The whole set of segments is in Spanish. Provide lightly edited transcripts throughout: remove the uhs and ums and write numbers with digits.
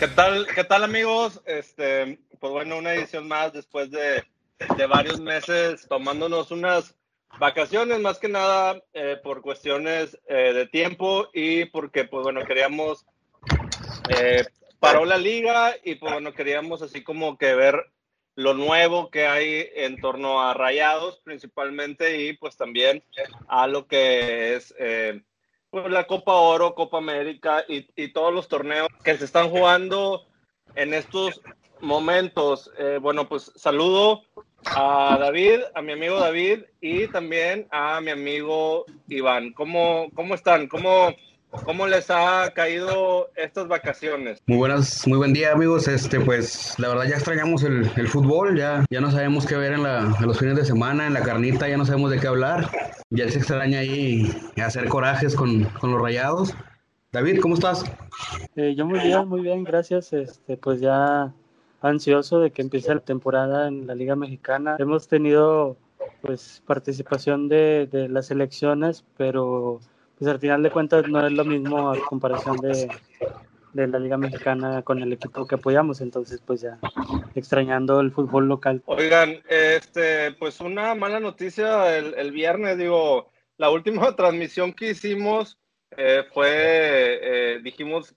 Qué tal amigos? Pues bueno, una edición más después de varios meses tomándonos unas vacaciones, más que nada por cuestiones de tiempo y porque, pues bueno, paró la liga y pues bueno, queríamos así como que ver lo nuevo que hay en torno a Rayados principalmente y pues también a lo que es pues la Copa Oro, Copa América y todos los torneos que se están jugando en estos momentos. Bueno, pues saludo a David, a mi amigo David y también a mi amigo Iván. ¿Cómo están? ¿Cómo les ha caído estas vacaciones? Muy buen día amigos. Pues la verdad ya extrañamos el fútbol, ya no sabemos qué ver en los fines de semana, en la carnita, ya no sabemos de qué hablar. Ya se extraña ahí hacer corajes con los Rayados. David, ¿cómo estás? Yo muy bien, gracias. Pues ya ansioso de que empiece la temporada en la Liga Mexicana. Hemos tenido pues participación de las selecciones, pero pues al final de cuentas no es lo mismo a comparación de la Liga Mexicana con el equipo que apoyamos, entonces pues ya extrañando el fútbol local. Oigan, pues una mala noticia el viernes, digo, la última transmisión que hicimos dijimos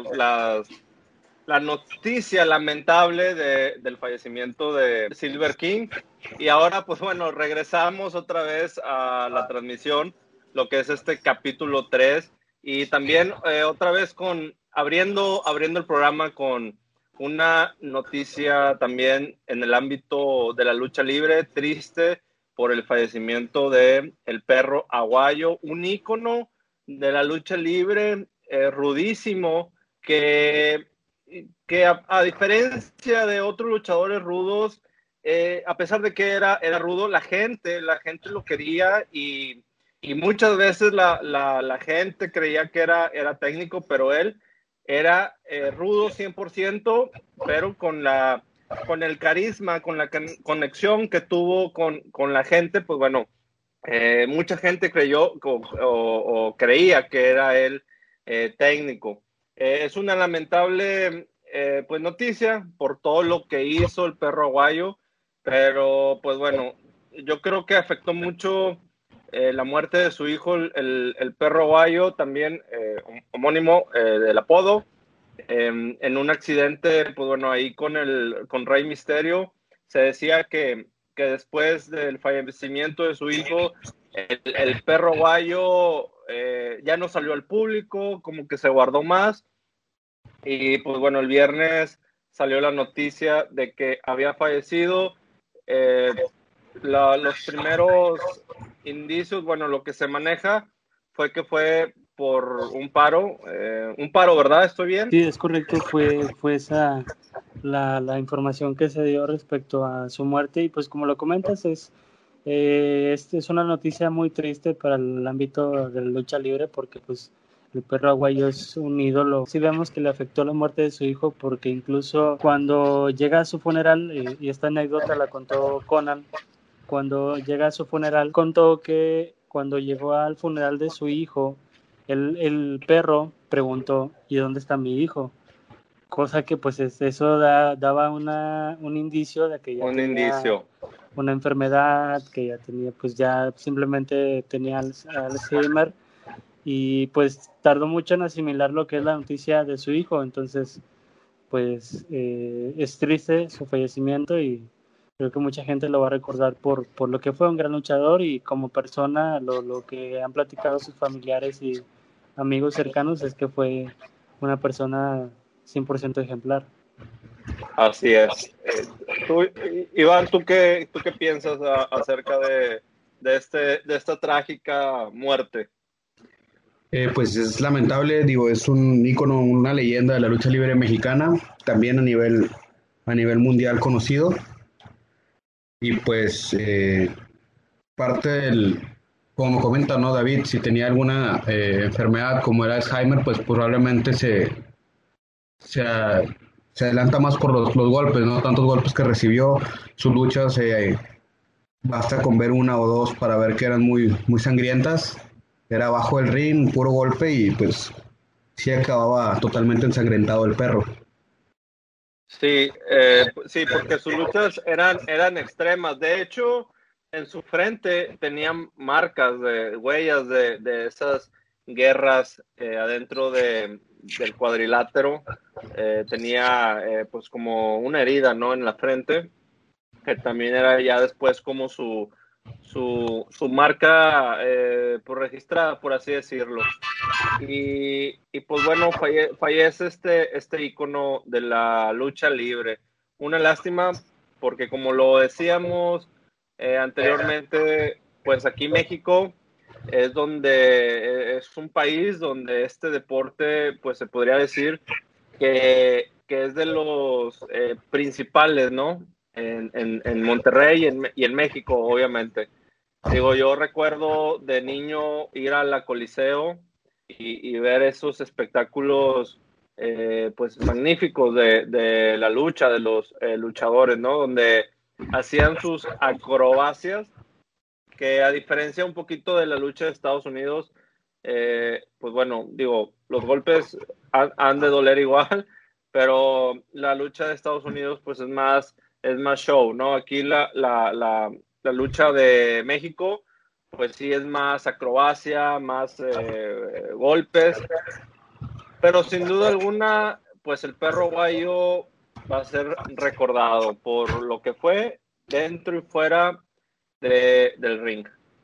la noticia lamentable del fallecimiento de Silver King y ahora pues bueno, regresamos otra vez a la transmisión, lo que es este capítulo 3 y también otra vez abriendo el programa con una noticia también en el ámbito de la lucha libre, triste por el fallecimiento de el Perro Aguayo, un ícono de la lucha libre, rudísimo, que a diferencia de otros luchadores rudos, a pesar de que era rudo, la gente lo quería y muchas veces la gente creía que era técnico, pero él era rudo 100%, pero con el carisma, con la conexión que tuvo con la gente, pues bueno, mucha gente creyó o creía que era él técnico. Es una lamentable pues noticia por todo lo que hizo el Perro Aguayo, pero pues bueno, yo creo que afectó mucho la muerte de su hijo, el Perro Aguayo, también homónimo del apodo, en un accidente, pues bueno, ahí con Rey Misterio. Se decía que después del fallecimiento de su hijo, el Perro Aguayo ya no salió al público, como que se guardó más. Y pues bueno, el viernes salió la noticia de que había fallecido. Los primeros indicios, bueno, lo que se maneja fue que fue por un paro, ¿verdad? ¿Estoy bien? Sí, es correcto, fue esa la información que se dio respecto a su muerte y pues como lo comentas es una noticia muy triste para el ámbito de la lucha libre porque pues el Perro Aguayo es un ídolo. Sí vemos que le afectó la muerte de su hijo porque incluso cuando llega a su funeral, y esta anécdota la contó Conan, cuando llega a su funeral, contó que cuando llegó al funeral de su hijo, el perro preguntó, ¿y dónde está mi hijo? Cosa que pues eso daba un indicio de que ya tenía una enfermedad, que ya tenía, pues ya simplemente tenía Alzheimer y pues tardó mucho en asimilar lo que es la noticia de su hijo, entonces pues es triste su fallecimiento y creo que mucha gente lo va a recordar por lo que fue un gran luchador y como persona lo que han platicado sus familiares y amigos cercanos es que fue una persona 100% ejemplar. Así es. Iván, ¿tú qué piensas acerca de esta trágica muerte? Pues es lamentable, digo, es un ícono, una leyenda de la lucha libre mexicana, también a nivel mundial conocido. Y pues parte como comenta, ¿no, David? Si tenía alguna enfermedad como era Alzheimer, pues probablemente se, a- se adelanta más por los golpes, ¿no? Tantos golpes que recibió, sus luchas, basta con ver una o dos para ver que eran muy sangrientas. Era bajo el ring, puro golpe y pues sí acababa totalmente ensangrentado el perro. Sí, porque sus luchas eran extremas. De hecho, en su frente tenían marcas de huellas de esas guerras adentro del cuadrilátero. Tenía pues como una herida, ¿no? En la frente, que también era ya después como su marca por registrada, por así decirlo. Y pues bueno, fallece este ícono de la lucha libre. Una lástima porque como lo decíamos anteriormente, pues aquí México es es un país donde este deporte, pues se podría decir que es de los principales, ¿no? En Monterrey y en México, obviamente. Digo, yo recuerdo de niño ir a la Coliseo y ver esos espectáculos pues magníficos de la lucha, de los luchadores, ¿no? Donde hacían sus acrobacias, que a diferencia un poquito de la lucha de Estados Unidos, pues bueno, digo, los golpes han de doler igual, pero la lucha de Estados Unidos pues es más show, ¿no? Aquí la lucha de México pues sí es más acrobacia, más golpes, pero sin duda alguna pues el perro guayo va a ser recordado por lo que fue dentro y fuera del ring.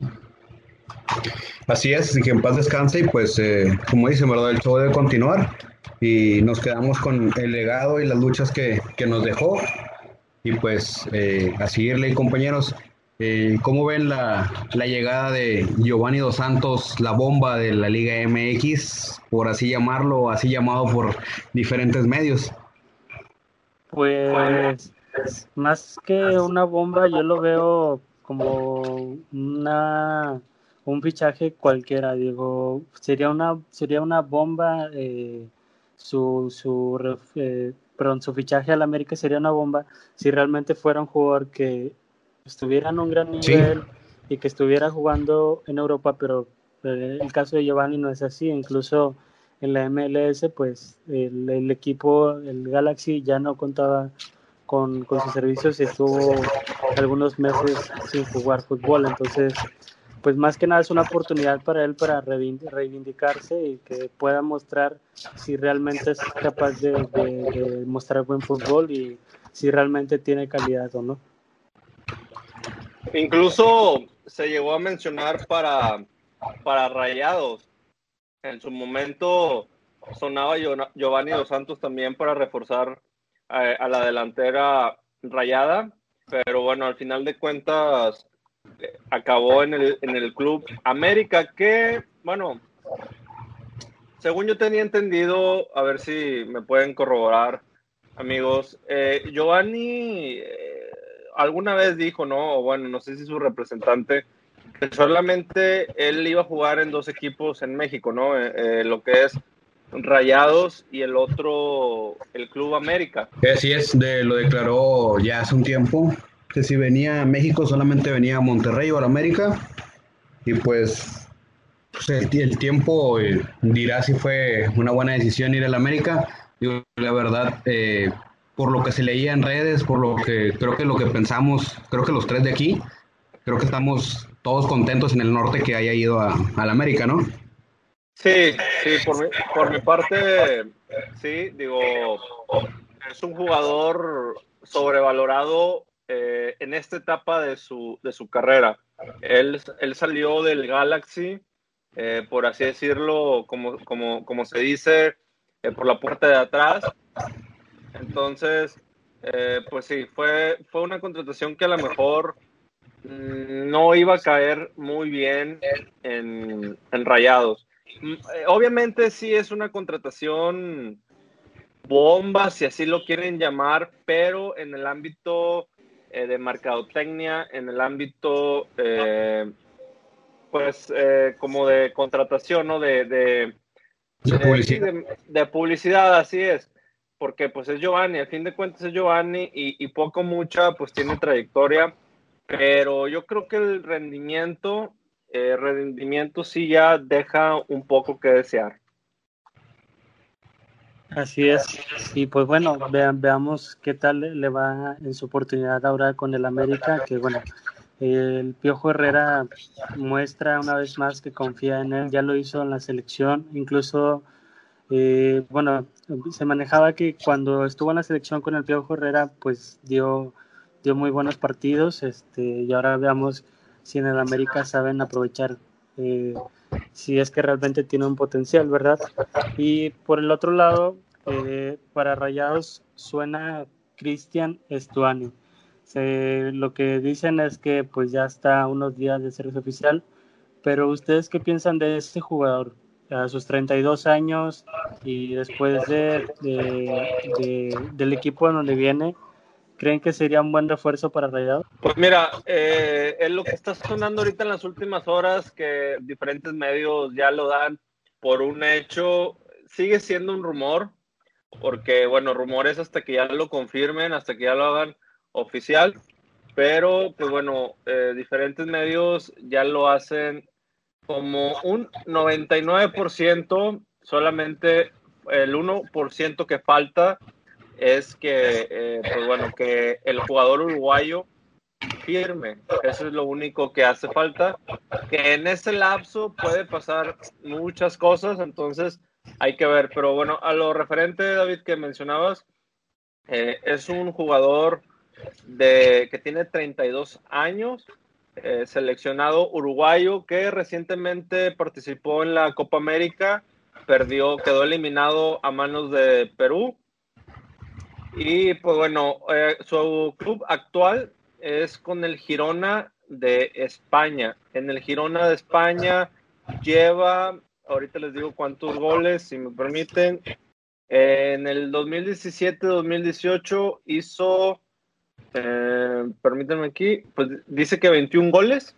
Así es, y que en paz descanse y pues como dicen, ¿verdad? El show debe continuar y nos quedamos con el legado y las luchas que nos dejó y pues a seguirle compañeros. ¿Cómo ven la llegada de Giovanni Dos Santos, la bomba de la Liga MX, por así llamarlo, así llamado por diferentes medios? Pues más que una bomba, yo lo veo como un fichaje cualquiera. Digo, sería una bomba. Perdón, su fichaje al América sería una bomba si realmente fuera un jugador que estuviera en un gran Sí, nivel y que estuviera jugando en Europa, pero el caso de Giovanni no es así. Incluso en la MLS, pues el equipo, el Galaxy, ya no contaba con sus servicios y estuvo algunos meses sin jugar fútbol. Entonces, pues más que nada es una oportunidad para él para reivindicarse y que pueda mostrar si realmente es capaz de mostrar buen fútbol y si realmente tiene calidad o no. Incluso se llegó a mencionar para Rayados. En su momento sonaba Giovanni Dos Santos también para reforzar a la delantera rayada, pero bueno, al final de cuentas acabó en el Club América, que, bueno, según yo tenía entendido, a ver si me pueden corroborar, amigos, Giovanni alguna vez dijo, ¿no? O bueno, no sé si su representante, que solamente él iba a jugar en dos equipos en México, ¿no? Lo que es Rayados y el otro, el Club América. así es, lo declaró ya hace un tiempo, que si venía a México solamente venía a Monterrey o a América y pues el tiempo dirá si fue una buena decisión ir al América. Digo, la verdad, por lo que se leía en redes, por lo que creo que lo que pensamos, creo que los tres de aquí, creo que estamos todos contentos en el norte que haya ido al América, ¿no? Sí, por mi parte, sí, digo, es un jugador sobrevalorado en esta etapa de su carrera. Él salió del Galaxy, por así decirlo, como se dice, por la puerta de atrás. Entonces, pues sí, fue una contratación que a lo mejor no iba a caer muy bien en Rayados. Obviamente sí es una contratación bomba, si así lo quieren llamar, pero en el ámbito de mercadotecnia, en el ámbito pues como de contratación, ¿no? De Sí, publicidad. de publicidad, así es, porque pues es Giovanni, al fin de cuentas es Giovanni y poco mucha pues tiene trayectoria, pero yo creo que el rendimiento sí ya deja un poco que desear. Así es. Y pues bueno, veamos qué tal le va en su oportunidad ahora con el América, que bueno, el Piojo Herrera muestra una vez más que confía en él, ya lo hizo en la selección, incluso, bueno, se manejaba que cuando estuvo en la selección con el Piojo Herrera, pues dio muy buenos partidos, y ahora veamos si en el América saben aprovechar, si es que realmente tiene un potencial, ¿verdad? Y por el otro lado, para Rayados suena Cristian Estuani. Lo que dicen es que pues ya está a unos días de ser oficial, pero ¿ustedes qué piensan de este jugador? A sus 32 años y después del equipo en donde viene, ¿creen que sería un buen refuerzo para Rayados? Pues mira, es lo que está sonando ahorita en las últimas horas, que diferentes medios ya lo dan por un hecho. Sigue siendo un rumor, porque bueno, rumores hasta que ya lo confirmen, hasta que ya lo hagan oficial, pero pues bueno, diferentes medios ya lo hacen como un 99%, solamente el 1% que falta es que, pues bueno, que el jugador uruguayo firme. Eso es lo único que hace falta. Que en ese lapso puede pasar muchas cosas, entonces hay que ver. Pero bueno, a lo referente, David, que mencionabas, es un jugador que tiene 32 años, seleccionado uruguayo, que recientemente participó en la Copa América, quedó eliminado a manos de Perú. Y pues bueno, su club actual es con el Girona de España. En el Girona de España lleva, ahorita les digo cuántos goles, si me permiten. En el 2017-2018 hizo, permítanme aquí, pues dice que 21 goles.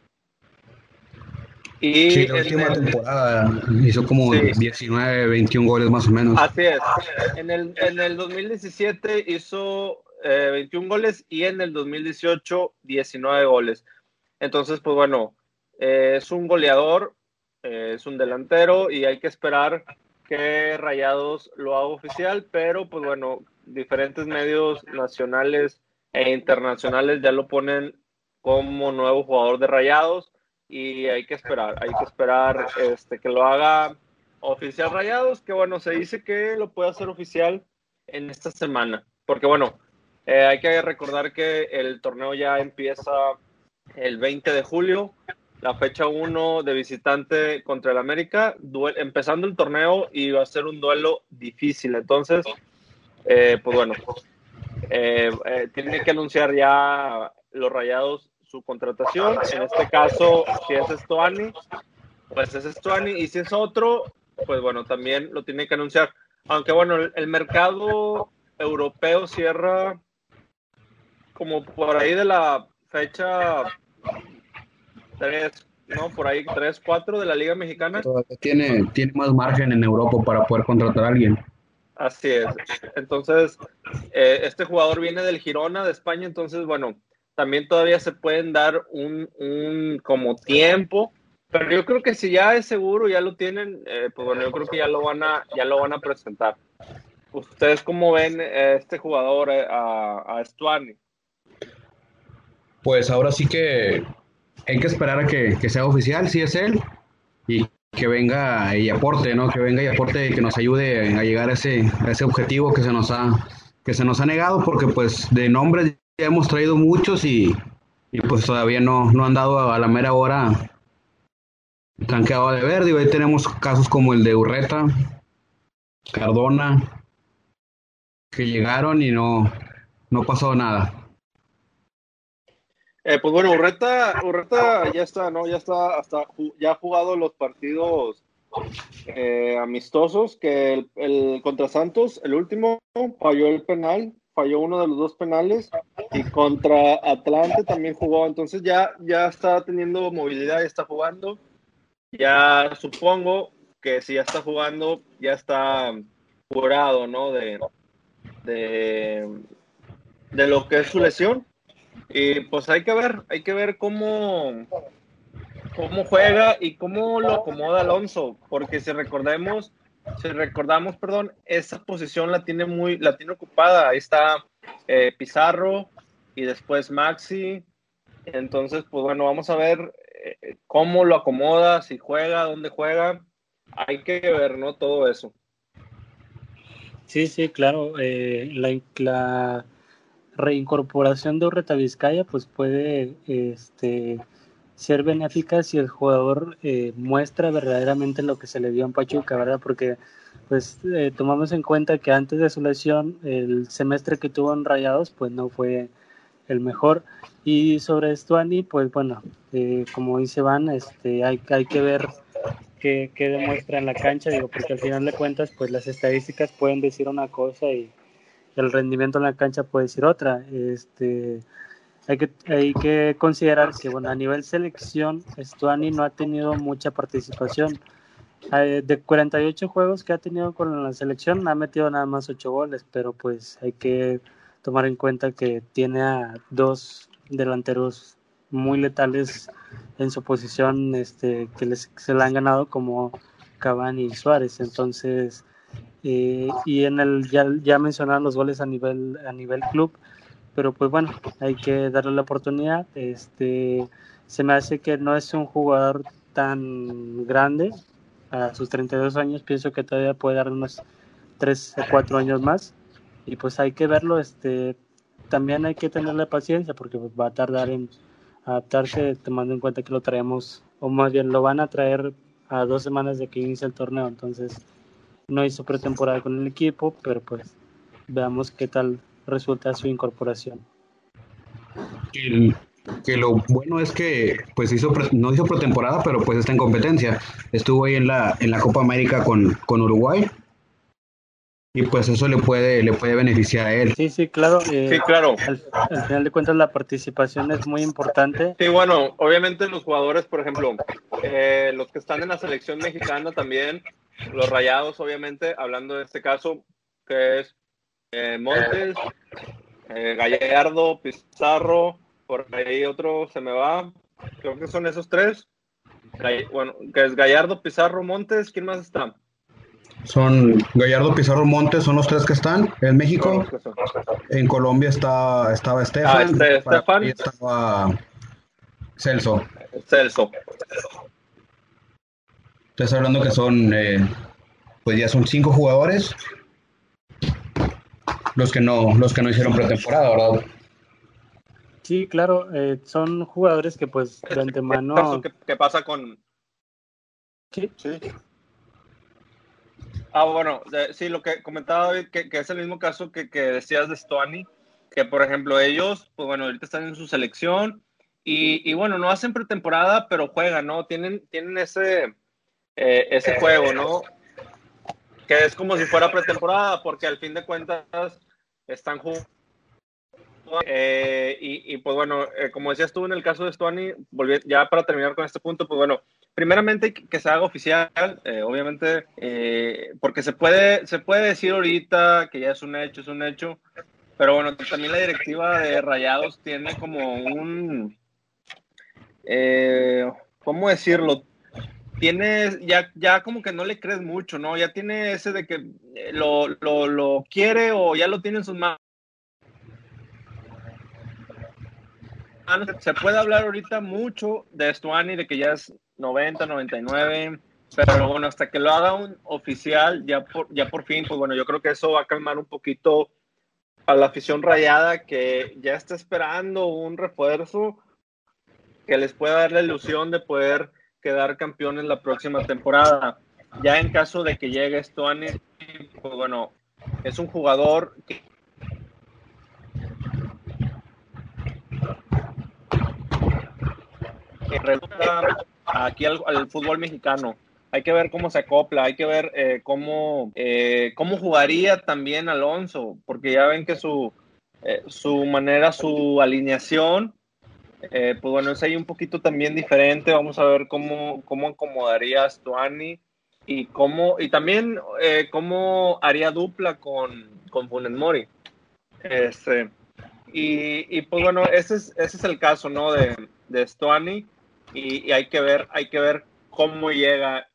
Sí, Y la última temporada hizo como sí, 19, 21 goles más o menos. así es. En el 2017 hizo 21 goles y en el 2018 19 goles. Entonces, pues bueno, es un goleador, es un delantero y hay que esperar que Rayados lo haga oficial, pero pues bueno, diferentes medios nacionales e internacionales ya lo ponen como nuevo jugador de Rayados y hay que esperar que lo haga oficial Rayados, que bueno, se dice que lo puede hacer oficial en esta semana, porque bueno, hay que recordar que el torneo ya empieza el 20 de julio, la fecha 1 de visitante contra el América, empezando el torneo y va a ser un duelo difícil. Entonces, pues bueno, tiene que anunciar ya los Rayados su contratación. En este caso, si es Estuani, pues es Estuani, y si es otro, pues bueno, también lo tiene que anunciar. Aunque bueno, el mercado europeo cierra como por ahí de la fecha 3, ¿no? Por ahí 3, 4 de la Liga Mexicana. Todavía tiene más margen en Europa para poder contratar a alguien. Así es. Entonces, este jugador viene del Girona de España, entonces, bueno, también todavía se pueden dar un como tiempo, pero yo creo que si ya es seguro, ya lo tienen, pues bueno, yo creo que ya lo van a presentar. ¿Ustedes cómo ven este jugador, a Estuani? Pues ahora sí que hay que esperar a que sea oficial, si es él, y que venga y aporte, ¿no? Que venga y aporte y que nos ayude a llegar a ese objetivo que se nos ha negado, porque pues de nombres ya hemos traído muchos y pues todavía no han dado a la mera hora, se han quedado de ver. Digo, ahí tenemos casos como el de Urreta, Cardona, que llegaron y no pasó nada. Pues bueno, Urreta ya está, ¿no? Ya ha jugado los partidos amistosos, que el contra Santos, el último, falló uno de los dos penales, y contra Atlante también jugó, entonces ya está teniendo movilidad, ya está jugando, ya supongo que si ya está jugando, ya está curado, ¿no? De lo que es su lesión. Y pues hay que ver cómo juega y cómo lo acomoda Alonso, porque si recordemos, si recordamos, perdón, esa posición la tiene ocupada. Ahí está Pizarro y después Maxi. Entonces, pues bueno, vamos a ver cómo lo acomoda, si juega, dónde juega. Hay que ver, ¿no? Todo eso. Sí, claro. La reincorporación de Urreta Vizcaya pues puede ser benéfica si el jugador muestra verdaderamente lo que se le dio en Pachuca, ¿verdad? Porque pues tomamos en cuenta que antes de su lesión el semestre que tuvo en Rayados pues no fue el mejor. Y sobre Stuani, pues bueno, como dice Van, hay que ver qué demuestra en la cancha, digo, porque al final de cuentas pues las estadísticas pueden decir una cosa y el rendimiento en la cancha puede decir otra. Hay que considerar que, bueno, a nivel selección, Stuani no ha tenido mucha participación. De 48 juegos que ha tenido con la selección, ha metido nada más 8 goles, pero pues hay que tomar en cuenta que tiene a dos delanteros muy letales en su posición, se la han ganado, como Cavani y Suárez. Entonces, y ya mencionaron los goles a nivel club, pero pues bueno, hay que darle la oportunidad. Se me hace que no es un jugador tan grande. A sus 32 años pienso que todavía puede dar unos 3 o 4 años más, y pues hay que verlo. También hay que tenerle paciencia porque pues, va a tardar en adaptarse, tomando en cuenta que lo traemos, o más bien lo van a traer a 2 semanas de que inicie el torneo. Entonces no hizo pretemporada con el equipo, pero pues veamos qué tal resulta su incorporación. Que lo bueno es que pues no hizo pretemporada, pero pues está en competencia. Estuvo ahí en la Copa América con Uruguay y pues eso le puede beneficiar a él. Sí, claro. Sí, claro. Al final de cuentas la participación es muy importante. Sí, bueno, obviamente los jugadores, por ejemplo, los que están en la selección mexicana también, los Rayados, obviamente, hablando de este caso, que es Montes, Gallardo, Pizarro, por ahí otro se me va, creo que son esos tres. Bueno, que es Gallardo, Pizarro, Montes, ¿quién más está? Son Gallardo, Pizarro, Montes, son los tres que están en México. En Colombia estaba Estefan, Estefan. Y estaba Celso. Estás hablando que son, pues ya son 5 jugadores los que no hicieron pretemporada, ¿verdad? Sí, claro, son jugadores que pues de antemano... ¿Qué pasa con...? Sí. Bueno, sí, lo que comentaba David, que es el mismo caso que decías de Stuani, que por ejemplo ellos, pues bueno, ahorita están en su selección y bueno, no hacen pretemporada, pero juegan, ¿no? Tienen ese juego, ¿no? Que es como si fuera pretemporada, porque al fin de cuentas están jugando. Y pues bueno, como decías tú en el caso de Stuani, ya para terminar con este punto, pues bueno, primeramente que se haga oficial, obviamente, porque se puede decir ahorita que ya es un hecho, pero bueno, también la directiva de Rayados tiene como ¿cómo decirlo? Tiene, ya como que no le crees mucho, ¿no? Ya tiene ese de que lo quiere o ya lo tiene en sus manos. Se puede hablar ahorita mucho de Stuani, de que ya es 90, 99, pero bueno, hasta que lo haga un oficial, ya por fin, pues bueno, yo creo que eso va a calmar un poquito a la afición rayada que ya está esperando un refuerzo que les pueda dar la ilusión de poder quedar campeones la próxima temporada. Ya en caso de que llegue Stuani, pues bueno, es un jugador que resulta aquí al fútbol mexicano. Hay que ver cómo se acopla, hay que ver cómo jugaría también Alonso, porque ya ven que su manera, su alineación, pues bueno, es ahí un poquito también diferente. Vamos a ver cómo acomodaría a Stuani y también cómo haría dupla con Funes Mori. Y pues bueno, ese es el caso, ¿no? De Stuani. Y hay que ver cómo llega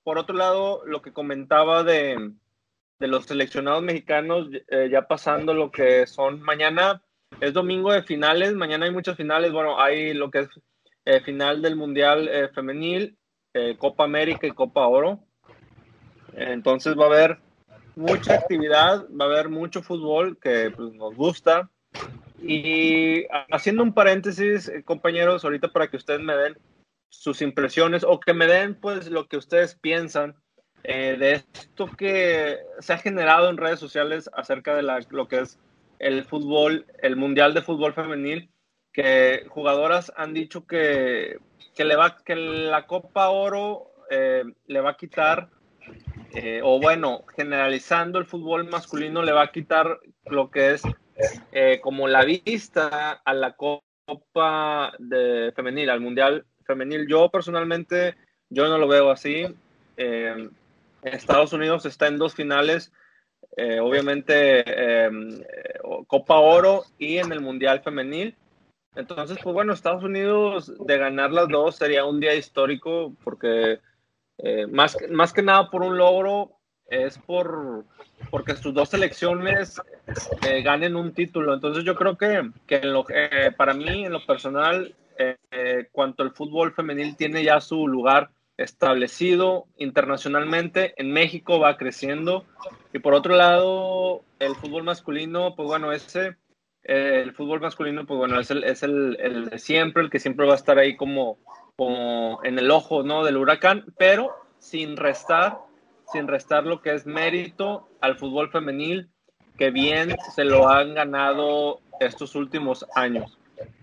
por otro lado, lo que comentaba de los seleccionados mexicanos, ya pasando lo que son mañana, es domingo de finales, mañana hay muchas finales, bueno, hay lo que es final del Mundial Femenil, Copa América y Copa Oro, entonces va a haber mucha actividad, va a haber mucho fútbol que pues, nos gusta, y haciendo un paréntesis, compañeros, ahorita para que ustedes me den sus impresiones o que me den pues lo que ustedes piensan de esto que se ha generado en redes sociales acerca de lo que es el fútbol, el Mundial de Fútbol Femenil, que jugadoras han dicho que la Copa Oro le va a quitar, o bueno, generalizando el fútbol masculino, le va a quitar lo que es como la vista a la Copa Femenil, al Mundial Femenil. Yo personalmente, yo no lo veo así. Estados Unidos está en 2 finales, obviamente Copa Oro y en el Mundial Femenil. Entonces, pues bueno, Estados Unidos de ganar las 2 sería un día histórico porque más que nada por un logro, es porque sus 2 selecciones ganen un título. Entonces yo creo que para mí, en lo personal, cuanto el fútbol femenil tiene ya su lugar establecido internacionalmente, en México va creciendo. Y por otro lado, el fútbol masculino, pues bueno, el fútbol masculino, pues bueno, es el de siempre, el que siempre va a estar ahí como en el ojo, ¿no?, del huracán, pero sin restar lo que es mérito al fútbol femenil, que bien se lo han ganado estos últimos años.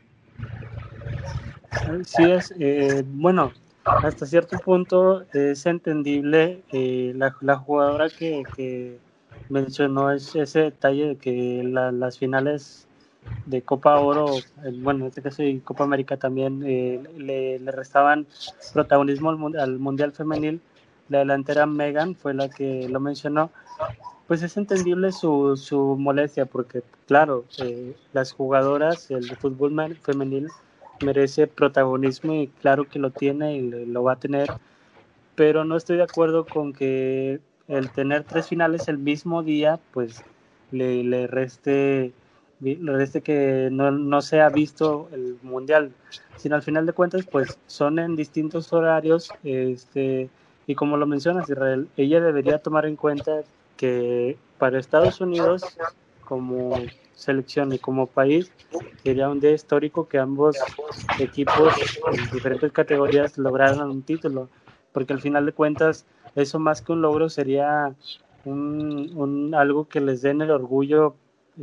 Sí es, bueno, hasta cierto punto es entendible la jugadora que mencionó ese detalle de que las finales de Copa Oro, bueno, en este caso y Copa América también, le restaban protagonismo al Mundial Femenil. La delantera Megan fue la que lo mencionó. Pues es entendible su molestia porque, claro, las jugadoras, el fútbol femenil merece protagonismo y claro que lo tiene y lo va a tener, pero no estoy de acuerdo con que el tener 3 finales el mismo día, pues le reste que no se ha visto el mundial, sino al final de cuentas, pues son en distintos horarios, y como lo mencionas, Israel, ella debería tomar en cuenta que para Estados Unidos, como selección y como país, sería un día histórico que ambos equipos en diferentes categorías lograran un título, porque al final de cuentas eso más que un logro sería algo que les den el orgullo,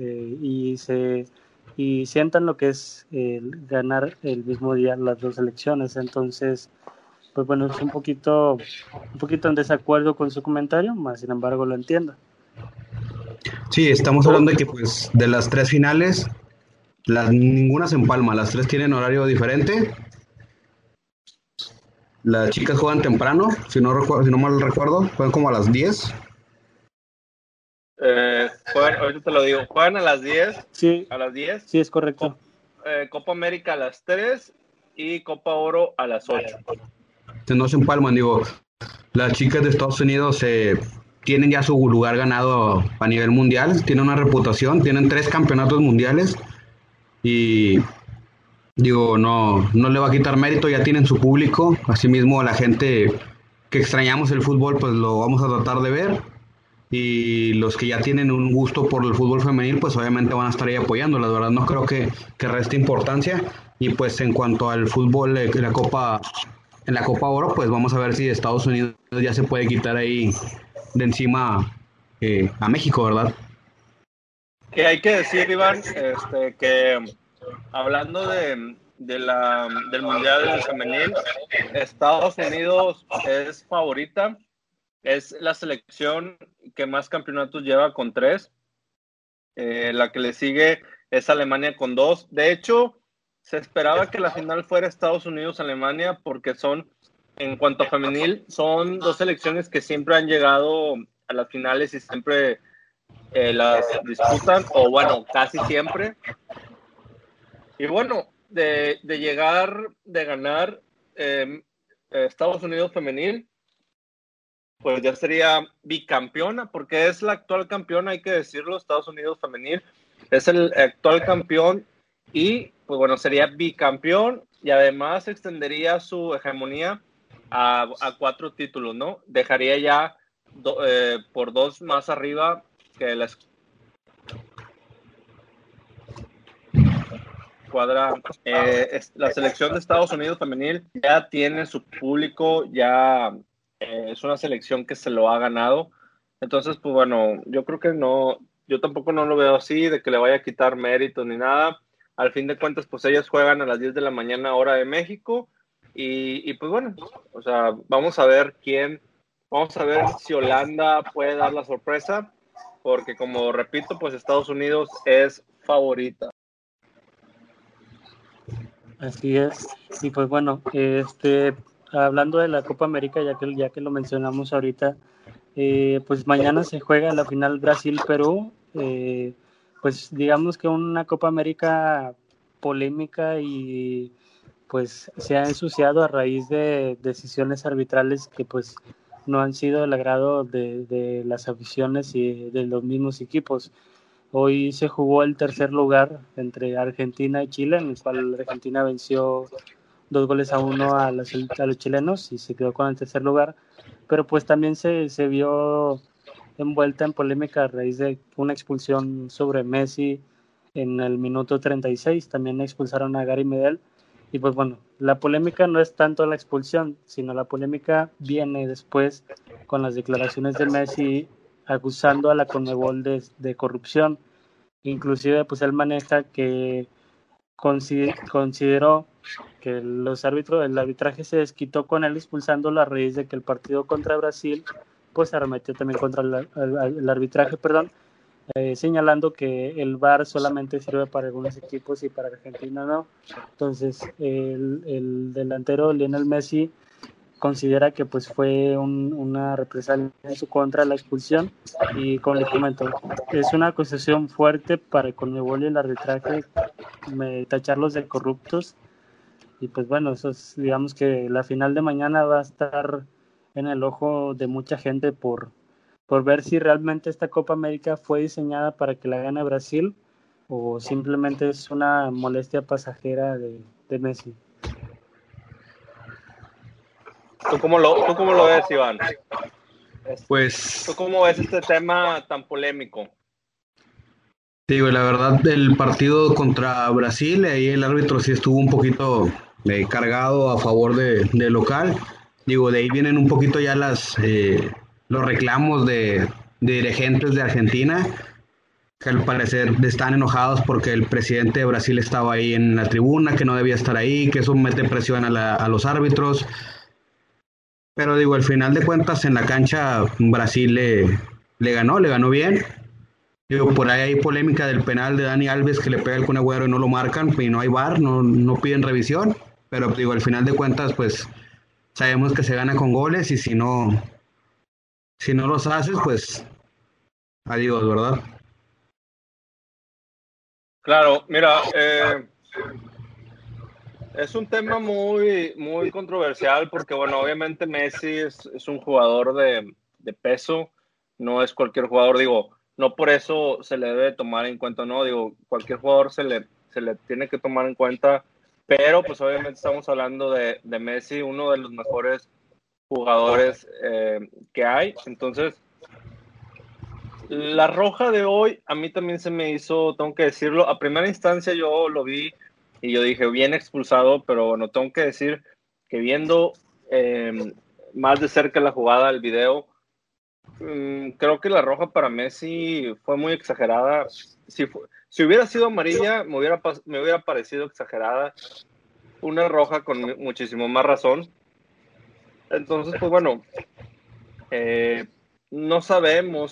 y sientan lo que es ganar el mismo día las 2 selecciones. Entonces, pues bueno, es un poquito en desacuerdo con su comentario, más sin embargo lo entiendo. Sí, estamos hablando de que pues de las 3 finales, ninguna se empalma, las 3 tienen horario diferente. Las chicas juegan temprano, si no mal recuerdo, juegan como a las 10. Ahorita te lo digo, juegan a las 10. Sí, a las 10. Sí, es correcto. Copa América a las 3 y Copa Oro a las 8. No se empalman, digo, las chicas de Estados Unidos tienen ya su lugar ganado a nivel mundial, tienen una reputación, tienen 3 campeonatos mundiales y digo, no le va a quitar mérito, ya tienen su público, asimismo la gente que extrañamos el fútbol pues lo vamos a tratar de ver y los que ya tienen un gusto por el fútbol femenil pues obviamente van a estar ahí apoyando, la verdad no creo que reste importancia y pues en cuanto al fútbol en la Copa Oro pues vamos a ver si Estados Unidos ya se puede quitar ahí de encima a México, ¿verdad? Que hay que decir, Iván, que hablando del Mundial Femenil, Estados Unidos es favorita, es la selección que más campeonatos lleva con 3, la que le sigue es Alemania con 2. De hecho, se esperaba que la final fuera Estados Unidos-Alemania porque en cuanto a femenil, son 2 selecciones que siempre han llegado a las finales y siempre las disputan, o bueno, casi siempre. Y bueno, de ganar Estados Unidos femenil, pues ya sería bicampeona, porque es la actual campeona, hay que decirlo, Estados Unidos femenil es el actual campeón y pues bueno, sería bicampeón y además extendería su hegemonía a 4 títulos, ¿no? Dejaría ya por 2 más arriba que la escuadra. La selección de Estados Unidos femenil ya tiene su público, ya es una selección que se lo ha ganado. Entonces, pues bueno, yo creo que no, yo tampoco no lo veo así, de que le vaya a quitar méritos ni nada. Al fin de cuentas, pues ellas juegan a las 10 de la mañana hora de México y pues bueno, o sea, vamos a ver si Holanda puede dar la sorpresa, porque como repito, pues Estados Unidos es favorita. Así es. Y pues bueno, hablando de la Copa América, ya que lo mencionamos ahorita, pues mañana se juega la final Brasil-Perú. Pues digamos que una Copa América polémica y pues se ha ensuciado a raíz de decisiones arbitrales que pues no han sido del agrado de las aficiones y de los mismos equipos. Hoy se jugó el tercer lugar entre Argentina y Chile, en el cual Argentina venció 2-1 a los chilenos y se quedó con el tercer lugar, pero pues también se vio envuelta en polémica a raíz de una expulsión sobre Messi en el minuto 36, también expulsaron a Gary Medel y pues bueno, la polémica no es tanto la expulsión, sino la polémica viene después con las declaraciones de Messi acusando a la Conmebol de corrupción. Inclusive pues él maneja que consideró que el arbitraje se desquitó con él expulsándolo a raíz de que el partido contra Brasil pues arremetió también contra el arbitraje, perdón, señalando que el VAR solamente sirve para algunos equipos y para Argentina no. Entonces el delantero Lionel Messi considera que pues fue una represalia en su contra la expulsión y como les comento, es una acusación fuerte para Conmebol y el arbitraje, tacharlos de corruptos y pues bueno, eso es, digamos que la final de mañana va a estar en el ojo de mucha gente por ver si realmente esta Copa América fue diseñada para que la gane Brasil o simplemente es una molestia pasajera de Messi. ¿Tú cómo lo ves, Iván? Pues, ¿Tú cómo ves este tema tan polémico? digo, la verdad, del partido contra Brasil, ahí el árbitro sí estuvo un poquito cargado a favor de local. Digo, de ahí vienen un poquito ya los reclamos de dirigentes de Argentina, que al parecer están enojados porque el presidente de Brasil estaba ahí en la tribuna, que no debía estar ahí, que eso mete presión a los árbitros. Pero digo, al final de cuentas en la cancha Brasil le ganó bien. Digo, por ahí hay polémica del penal de Dani Alves que le pega el Kun Agüero y no lo marcan y no hay VAR, no piden revisión. Pero digo, al final de cuentas, pues sabemos que se gana con goles y si no los haces, pues adiós, ¿verdad? Claro, mira, es un tema muy, muy controversial porque, bueno, obviamente Messi es un jugador de peso, no es cualquier jugador, digo, no por eso se le debe tomar en cuenta, no, digo, cualquier jugador se le tiene que tomar en cuenta, pero pues obviamente estamos hablando de Messi, uno de los mejores jugadores que hay, entonces la roja de hoy a mí también se me hizo, tengo que decirlo, a primera instancia yo lo vi y yo dije bien expulsado, pero bueno, tengo que decir que viendo más de cerca la jugada, el video, creo que la roja para Messi fue muy exagerada. Si hubiera sido amarilla, me hubiera parecido exagerada. Una roja con muchísimo más razón. Entonces, pues bueno, no sabemos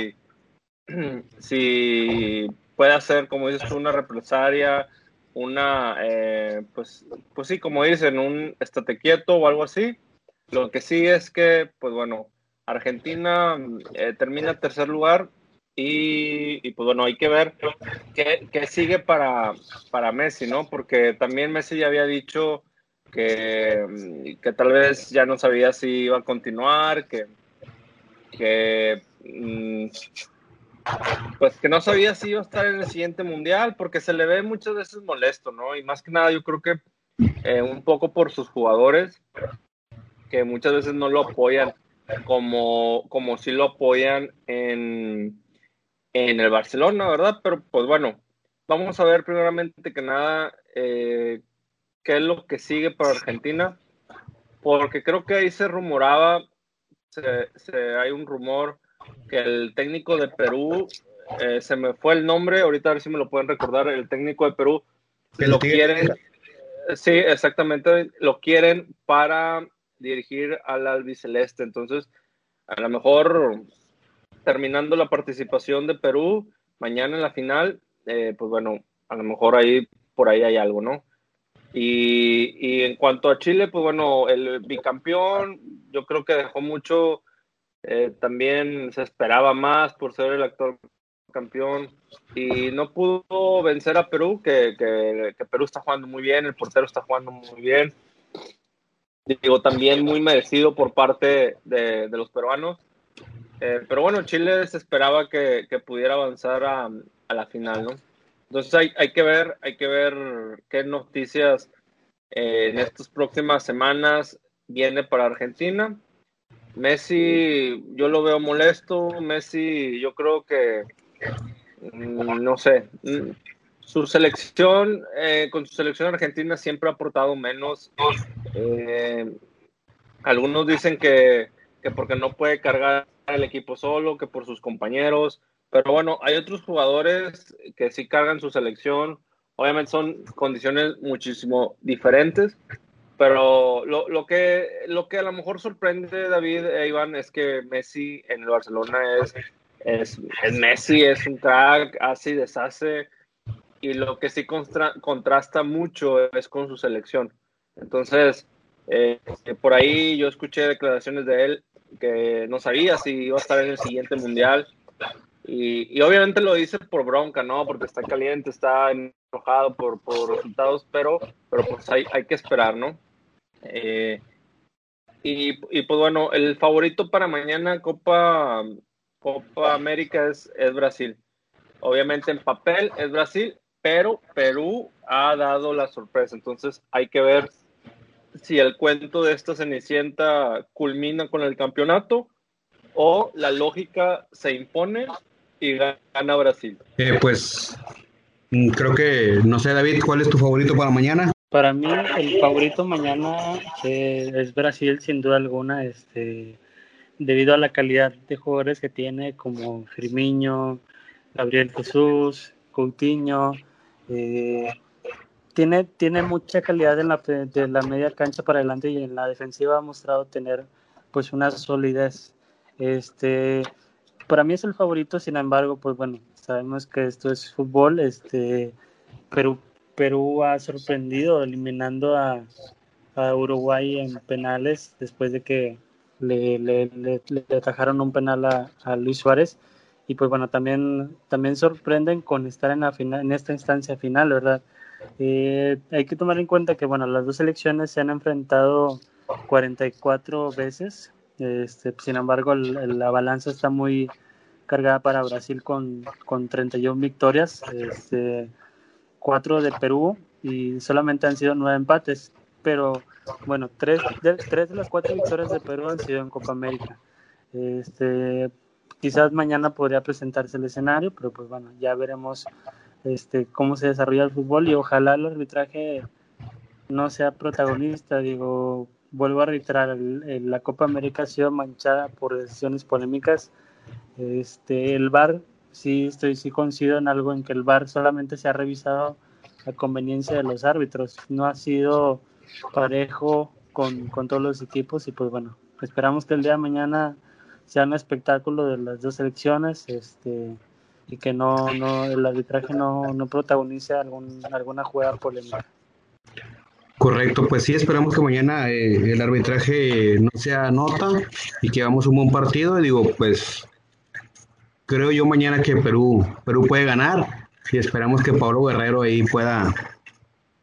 si puede hacer, como dices tú, una represalia, pues sí, como dicen, un estate quieto o algo así. Lo que sí es que, pues bueno, Argentina termina en tercer lugar y pues bueno, hay que ver qué sigue para Messi, ¿no? Porque también Messi ya había dicho que tal vez ya no sabía si iba a continuar, que que pues que no sabía si iba a estar en el siguiente mundial, porque se le ve muchas veces molesto, ¿no? Y más que nada yo creo que un poco por sus jugadores, que muchas veces no lo apoyan como sí lo apoyan en el Barcelona, ¿verdad? Pero pues bueno, vamos a ver primeramente que nada qué es lo que sigue para Argentina, porque creo que ahí se rumoraba, hay un rumor que el técnico de Perú, se me fue el nombre, ahorita a ver si me lo pueden recordar, el técnico de Perú, lo quieren, sí, exactamente, lo quieren para dirigir al albiceleste. Entonces, a lo mejor terminando la participación de Perú mañana en la final, pues bueno, a lo mejor ahí por ahí hay algo, ¿no? Y en cuanto a Chile, pues bueno, el bicampeón, yo creo que dejó mucho, también se esperaba más por ser el actual campeón y no pudo vencer a Perú, que Perú está jugando muy bien, el portero está jugando muy bien, digo, también muy merecido por parte de los peruanos, pero bueno, Chile se esperaba que pudiera avanzar a la final, ¿no? Entonces hay que ver qué noticias en estas próximas semanas viene para Argentina. Messi, yo lo veo molesto. Messi, yo creo que, no sé, su selección, con su selección argentina siempre ha aportado menos. Algunos dicen que porque no puede cargar el equipo solo, que por sus compañeros, pero bueno, hay otros jugadores que sí cargan su selección. Obviamente son condiciones muchísimo diferentes, pero lo que a lo mejor sorprende, David e Iván, es que Messi en el Barcelona es Messi, es un crack, hace y deshace, y lo que sí contrasta mucho es con su selección. Entonces, por ahí yo escuché declaraciones de él que no sabía si iba a estar en el siguiente mundial, y obviamente lo dice por bronca, ¿no? Porque está caliente, está enojado por resultados, pero pues hay que esperar, ¿no? Y pues bueno, el favorito para mañana Copa América es Brasil. Obviamente en papel es Brasil, pero Perú ha dado la sorpresa. Entonces hay que ver si el cuento de esta Cenicienta culmina con el campeonato o la lógica se impone y gana Brasil. Pues creo que, no sé, David, ¿cuál es tu favorito para mañana? Para mí el favorito mañana es Brasil, sin duda alguna, debido a la calidad de jugadores que tiene, como Firmino, Gabriel Jesús, Coutinho. Tiene mucha calidad de la media cancha para adelante, y en la defensiva ha mostrado tener pues una solidez. Para mí es el favorito, sin embargo, pues bueno, sabemos que esto es fútbol. Perú ha sorprendido eliminando a Uruguay en penales después de que le atajaron un penal a Luis Suárez. Y pues bueno, también sorprenden con estar en esta instancia final, ¿verdad? Hay que tomar en cuenta que bueno, las dos selecciones se han enfrentado 44 veces. Sin embargo, la balanza está muy cargada para Brasil con 31 victorias, 4 de Perú, y solamente han sido 9 empates. Pero bueno, 3 de las 4 victorias de Perú han sido en Copa América. Quizás mañana podría presentarse el escenario, pero pues bueno, ya veremos cómo se desarrolla el fútbol, y ojalá el arbitraje no sea protagonista. Digo, vuelvo a reiterar, la Copa América ha sido manchada por decisiones polémicas. El VAR, sí coincido en algo, en que el VAR solamente se ha revisado a conveniencia de los árbitros, no ha sido parejo con todos los equipos. Y pues bueno, esperamos que el día de mañana sea un espectáculo de las dos selecciones, y que el arbitraje no protagonice alguna jugada polémica. Correcto, pues sí, esperamos que mañana el arbitraje no sea nota y que hagamos un buen partido. Y digo, pues creo yo mañana que Perú puede ganar, y esperamos que Pablo Guerrero ahí pueda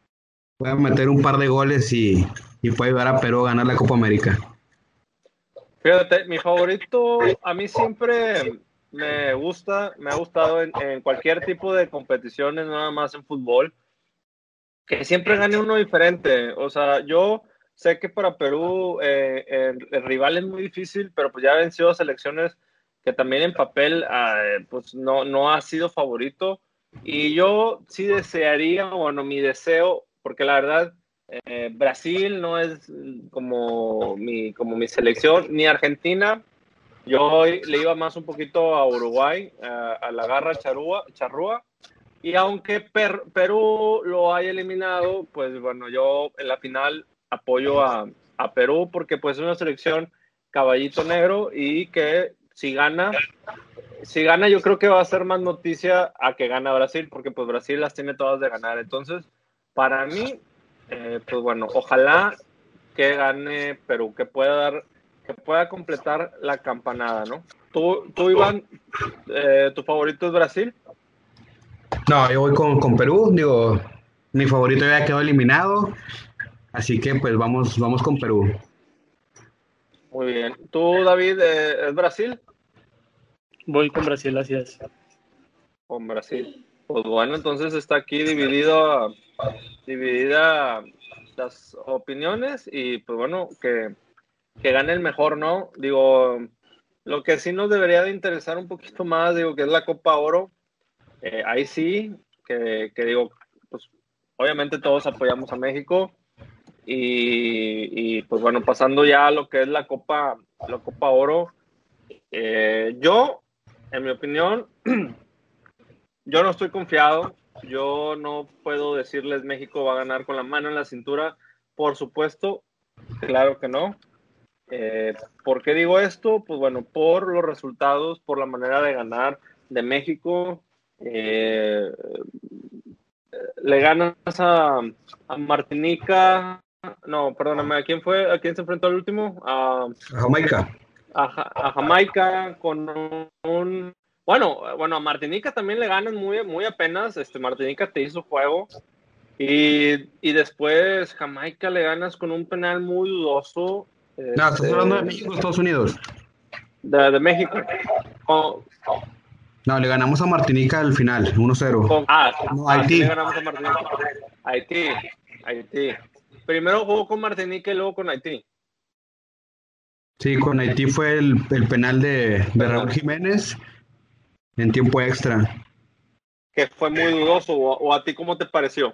meter un par de goles y pueda ayudar a Perú a ganar la Copa América. Fíjate, mi favorito a mí siempre me ha gustado en cualquier tipo de competiciones, no nada más en fútbol, que siempre gane uno diferente. O sea, yo sé que para Perú el rival es muy difícil, pero pues ya ha vencido selecciones que también en papel pues no ha sido favorito. Y yo sí desearía, bueno, mi deseo, porque la verdad Brasil no es como mi selección, ni Argentina. Yo hoy le iba más un poquito a Uruguay, a la garra charrúa, y aunque Perú lo haya eliminado, pues bueno, yo en la final apoyo a Perú porque pues es una selección caballito negro y que si gana yo creo que va a ser más noticia a que gana Brasil, porque pues Brasil las tiene todas de ganar. Entonces, para mí, pues bueno, ojalá que gane Perú, que pueda completar la campanada, ¿no? Tú Iván, ¿tu favorito es Brasil? No, yo voy con Perú, digo, mi favorito ya quedó eliminado, así que pues vamos con Perú. Muy bien. ¿Tú, David, es Brasil? Voy con Brasil, así es. Con Brasil. Pues bueno, entonces está aquí dividida las opiniones y pues bueno, que gane el mejor, ¿no? Digo, lo que sí nos debería de interesar un poquito más, digo, que es la Copa Oro. Ahí sí, que digo, pues obviamente todos apoyamos a México y pues bueno, pasando ya a lo que es la Copa Oro, yo, en mi opinión, yo no estoy confiado. Yo no puedo decirles México va a ganar con la mano en la cintura. Por supuesto, claro que no. ¿Por qué digo esto? Pues bueno, por los resultados, por la manera de ganar de México. Eh, Le ganas a Martinica. No, perdóname, ¿a quién fue? ¿A quién se enfrentó al último? Jamaica. A Jamaica con bueno, a Martinica también le ganan muy apenas. Martinica te hizo juego. Y después Jamaica le ganas con un penal muy dudoso. No, ¿estás hablando de México o Estados Unidos? De México. Con, No, le ganamos a Martinica al final, 1-0. No, sí Haití. le ganamos a Martinica. Haití. Primero jugó con Martinica y luego con Haití. Sí, con Haití fue el penal de Raúl Jiménez en tiempo extra. Que fue muy dudoso. ¿O a ti cómo te pareció?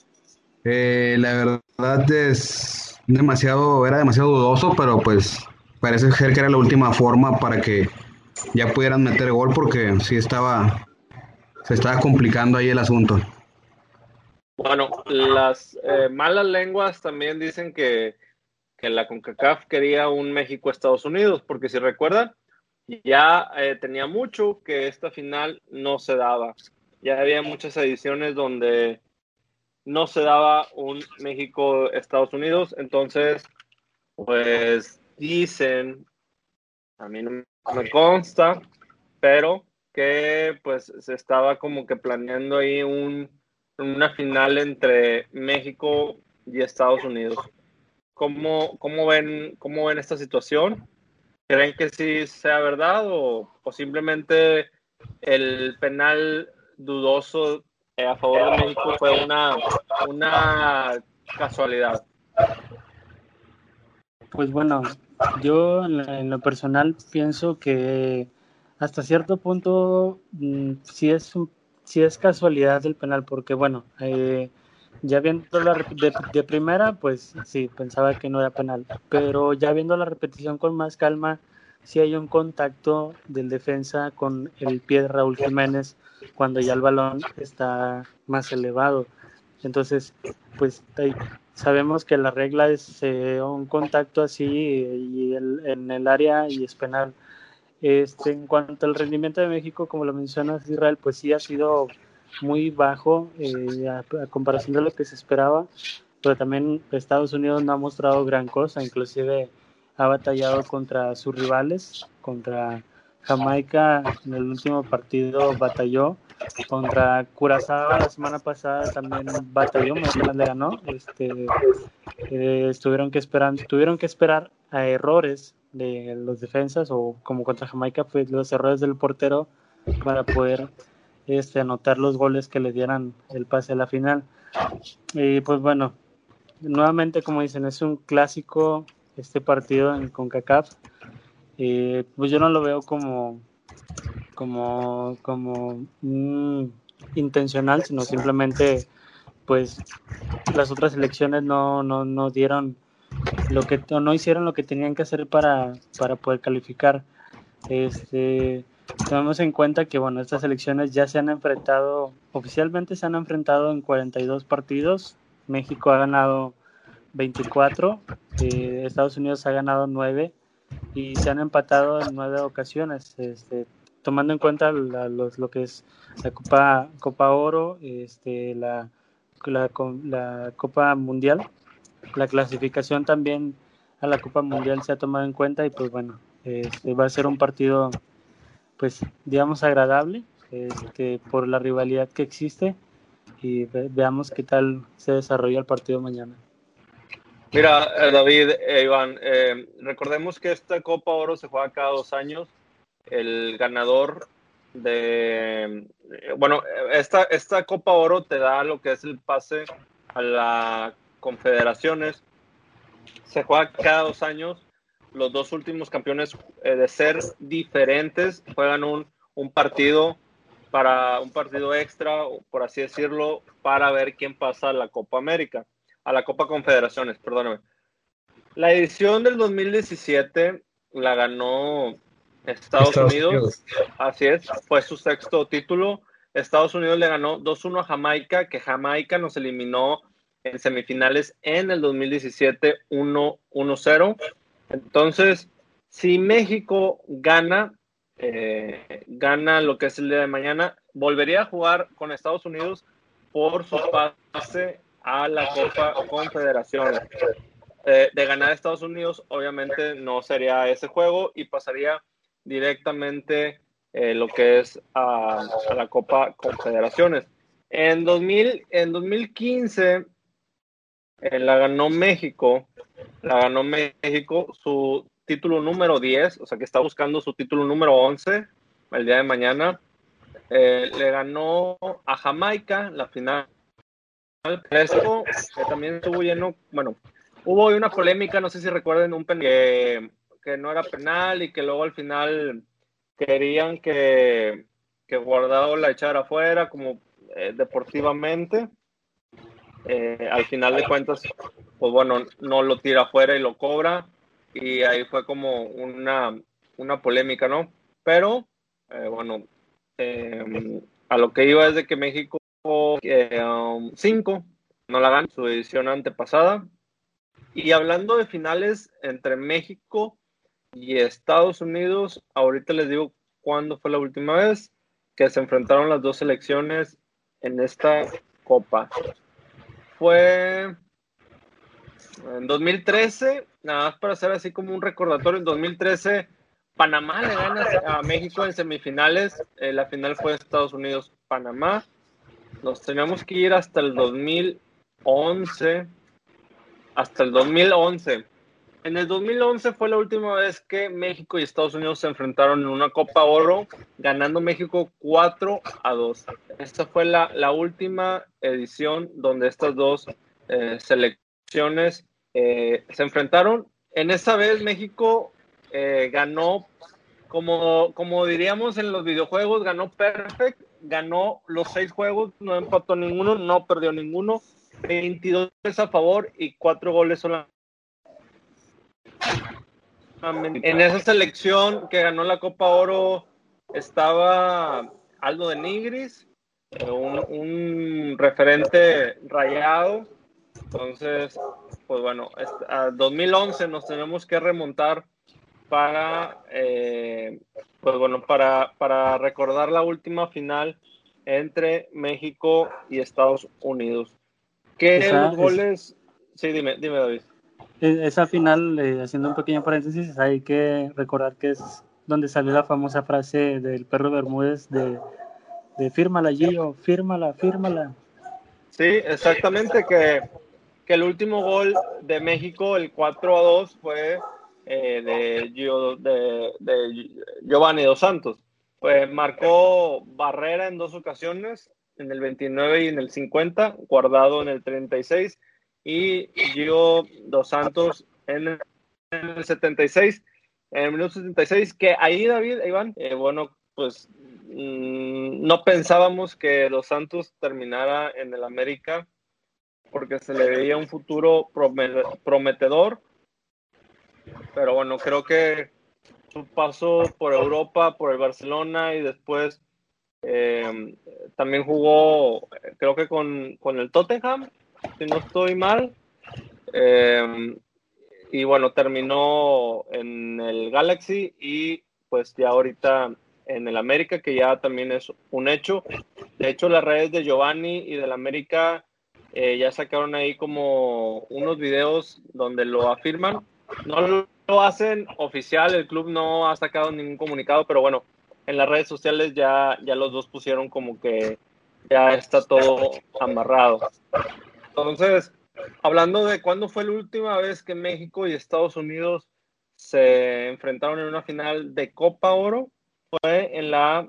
La verdad era demasiado dudoso, pero pues parece ser que era la última forma para que ya pudieran meter gol porque sí se estaba complicando ahí el asunto. Bueno, las malas lenguas también dicen que la CONCACAF quería un México-Estados Unidos, porque si recuerdan, ya tenía mucho que esta final no se daba. Ya había muchas ediciones donde no se daba un México-Estados Unidos, entonces, pues dicen, a mí no me consta, pero que pues se estaba como que planeando ahí una final entre México y Estados Unidos. ¿Cómo ven esta situación? ¿Creen que sí sea verdad o simplemente el penal dudoso a favor de México fue una casualidad? Pues bueno, yo en lo personal pienso que hasta cierto punto sí es casualidad el penal, porque bueno, ya viendo de primera, pues sí, pensaba que no era penal, pero ya viendo la repetición con más calma, sí hay un contacto del defensa con el pie de Raúl Jiménez cuando ya el balón está más elevado. Entonces, pues sabemos que la regla es un contacto así en el área y es penal. En cuanto al rendimiento de México, como lo mencionas, Israel, pues sí ha sido muy bajo a comparación de lo que se esperaba, pero también Estados Unidos no ha mostrado gran cosa, inclusive ha batallado contra sus rivales, contra Jamaica en el último partido batalló, contra Curazao la semana pasada también batalló, muy apenas le ganó, tuvieron que esperar a errores de los defensas, o como contra Jamaica, pues los errores del portero para poder anotar los goles que le dieran el pase a la final. Y pues bueno, nuevamente, como dicen, es un clásico este partido en CONCACAF. Pues yo no lo veo como intencional, sino simplemente pues las otras selecciones no dieron no hicieron lo que tenían que hacer para poder calificar. Tomemos en cuenta que bueno, estas selecciones ya oficialmente se han enfrentado en 42 partidos. México ha ganado 24, Estados Unidos ha ganado 9 y se han empatado en 9 ocasiones, tomando en cuenta lo que es la Copa Oro, la Copa Mundial. La clasificación también a la Copa Mundial se ha tomado en cuenta y pues bueno, va a ser un partido pues digamos agradable por la rivalidad que existe, y veamos qué tal se desarrolla el partido mañana. Mira, David, Iván, recordemos que esta Copa Oro se juega cada 2 años. El ganador esta Copa Oro te da lo que es el pase a la Confederaciones. Se juega cada 2 años. Los 2 últimos campeones, de ser diferentes, juegan un partido extra, por así decirlo, para ver quién pasa a la Copa América, a la Copa Confederaciones, perdóname. La edición del 2017 la ganó Estados Unidos. Así es, fue su 6º título. Estados Unidos le ganó 2-1 a Jamaica, que Jamaica nos eliminó en semifinales en el 2017 1-0. Entonces, si México gana lo que es el día de mañana, volvería a jugar con Estados Unidos por su pase a la Copa Confederaciones. De ganar Estados Unidos, obviamente no sería ese juego y pasaría directamente lo que es a la Copa Confederaciones. En 2015 la ganó México, su título número 10, o sea que está buscando su título número 11 el día de mañana. Le ganó a Jamaica la final. Esto que también estuvo lleno, bueno, hubo una polémica, no sé si recuerden, un penal que no era penal y que luego al final querían que Guardado la echara afuera como deportivamente. Al final de cuentas, pues bueno, no lo tira afuera y lo cobra, y ahí fue como una polémica, ¿no? Pero, a lo que iba es de que México 5 no la gana su edición antepasada. Y hablando de finales entre México y Estados Unidos, ahorita les digo cuándo fue la última vez que se enfrentaron las 2 selecciones en esta Copa. Fue en 2013, nada más para hacer así como un recordatorio. En 2013 Panamá le gana a México en semifinales. La final fue Estados Unidos-Panamá. Nos tenemos que ir hasta el 2011. En el 2011 fue la última vez que México y Estados Unidos se enfrentaron en una Copa Oro, ganando México 4-2. Esta fue la última edición donde estas 2 selecciones se enfrentaron. En esa vez México ganó, como diríamos en los videojuegos, ganó perfect, ganó los 6 juegos, no empató ninguno, no perdió ninguno, 22 a favor y 4 goles solamente. En esa selección que ganó la Copa Oro estaba Aldo de Nigris, un referente Rayado. Entonces, pues bueno, a 2011 nos tenemos que remontar para recordar la última final entre México y Estados Unidos. Los goles? Sí, dime David. Esa final, haciendo un pequeño paréntesis, hay que recordar que es donde salió la famosa frase del Perro Bermúdez de fírmala, Gio, fírmala. Sí, exactamente, que el último gol de México, el 4-2, fue de Giovanni Dos Santos. Pues marcó Barrera en 2 ocasiones, en el 29 y en el 50, Guardado en el 36 y Gio Dos Santos en el 76, en el minuto 76, que ahí David, Iván, bueno, pues no pensábamos que Dos Santos terminara en el América porque se le veía un futuro prometedor, pero bueno, creo que su paso por Europa, por el Barcelona y después también jugó, creo que con el Tottenham, si no estoy mal, y bueno, terminó en el Galaxy y pues ya ahorita en el América, que ya también es un hecho. De hecho, las redes de Giovanni y del América ya sacaron ahí como unos videos donde lo afirman. No lo hacen oficial, el club no ha sacado ningún comunicado, pero bueno, en las redes sociales ya los dos pusieron como que ya está todo amarrado. Entonces, hablando de cuándo fue la última vez que México y Estados Unidos se enfrentaron en una final de Copa Oro, fue en la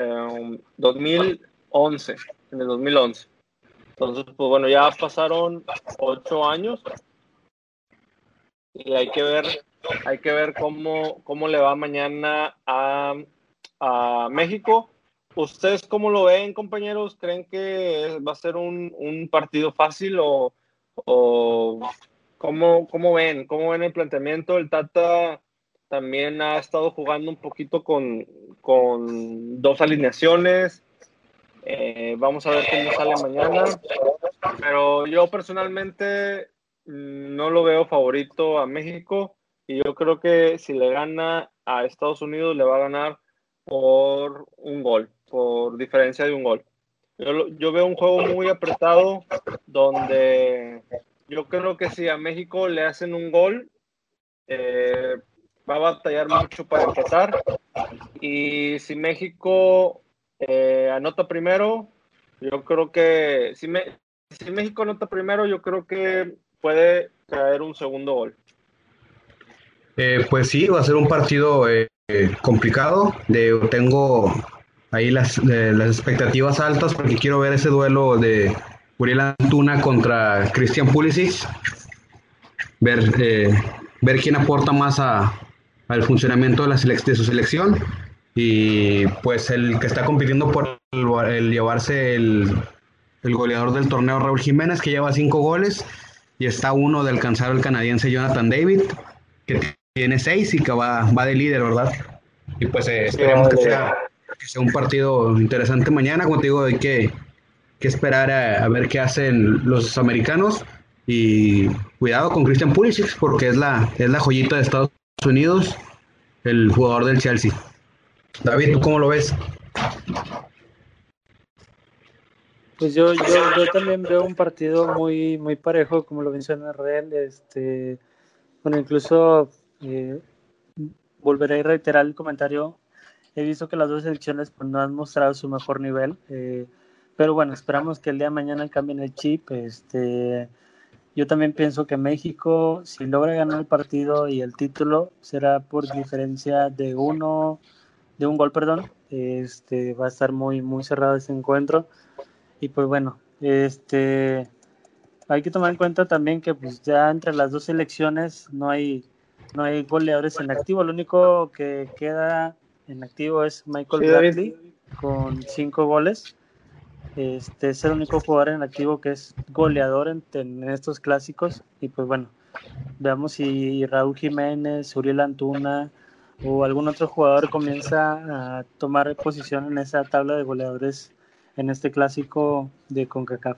2011, en el 2011. Entonces, pues bueno, ya pasaron 8 años y hay que ver cómo le va mañana a México. ¿Ustedes cómo lo ven, compañeros? ¿Creen que va a ser un partido fácil o cómo ven el planteamiento? El Tata también ha estado jugando un poquito con 2 alineaciones. Vamos a ver cómo sale mañana. Pero yo personalmente no lo veo favorito a México y yo creo que si le gana a Estados Unidos le va a ganar por un gol, por diferencia de un gol. Yo veo un juego muy apretado donde yo creo que si a México le hacen un gol, va a batallar mucho para empatar. Y si México anota primero, yo creo que si México anota primero, yo creo que puede caer un segundo gol. Pues sí, va a ser un partido complicado. Tengo ahí las expectativas altas porque quiero ver ese duelo de Uriel Antuna contra Christian Pulisic. Ver quién aporta más al funcionamiento de su selección. Y pues el que está compitiendo por el llevarse el goleador del torneo, Raúl Jiménez, que lleva 5 goles. Y está uno de alcanzar al canadiense Jonathan David, que tiene 6 y que va de líder, ¿verdad? Y pues esperemos que sea un partido interesante mañana. Como te digo, hay que esperar a ver qué hacen los americanos. Y cuidado con Christian Pulisic, porque es la joyita de Estados Unidos, el jugador del Chelsea. David, ¿tú cómo lo ves? Pues yo también veo un partido muy, muy parejo, como lo menciona Real. Bueno, incluso volveré a reiterar el comentario. He visto que las 2 selecciones pues, no han mostrado su mejor nivel, pero bueno, esperamos que el día de mañana cambien el chip. Yo también pienso que México, si logra ganar el partido y el título, será por diferencia de un gol, perdón. Va a estar muy, muy cerrado este encuentro. Y pues bueno, hay que tomar en cuenta también que pues ya entre las 2 selecciones no hay goleadores en activo. Lo único que queda en activo es Michael Bradley con 5 goles. Es el único jugador en activo que es goleador en estos clásicos. Y pues bueno, veamos si Raúl Jiménez, Uriel Antuna o algún otro jugador comienza a tomar posición en esa tabla de goleadores en este clásico de CONCACAF.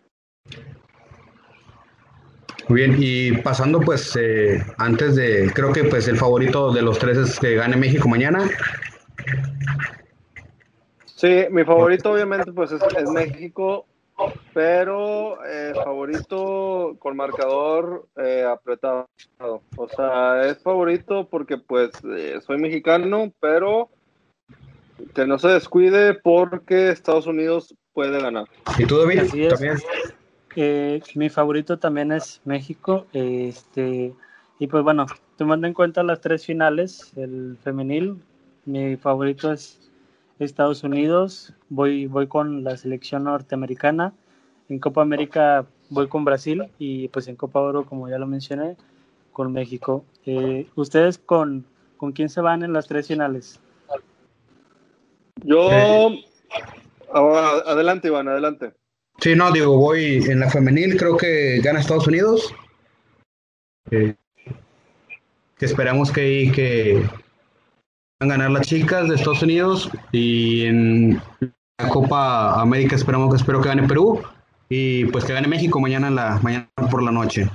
Muy bien, y pasando pues antes de, creo que pues el favorito de los 3 es que gane México mañana. Sí, mi favorito obviamente pues es México, pero favorito con marcador apretado. O sea, es favorito porque pues soy mexicano, pero que no se descuide porque Estados Unidos puede ganar. ¿Y tú, David? Así es. ¿También? Mi favorito también es México. Y pues bueno, tomando en cuenta las 3 finales, el femenil, mi favorito es Estados Unidos, voy con la selección norteamericana, en Copa América voy con Brasil y pues en Copa Oro, como ya lo mencioné, con México. ¿Ustedes con quién se van en las 3 finales? Yo... adelante, Iván, adelante. Sí, no, digo, voy en la femenil, creo que gana Estados Unidos. Que esperamos que van a ganar las chicas de Estados Unidos. Y en la Copa América espero que gane Perú. Y pues que gane México mañana por la noche.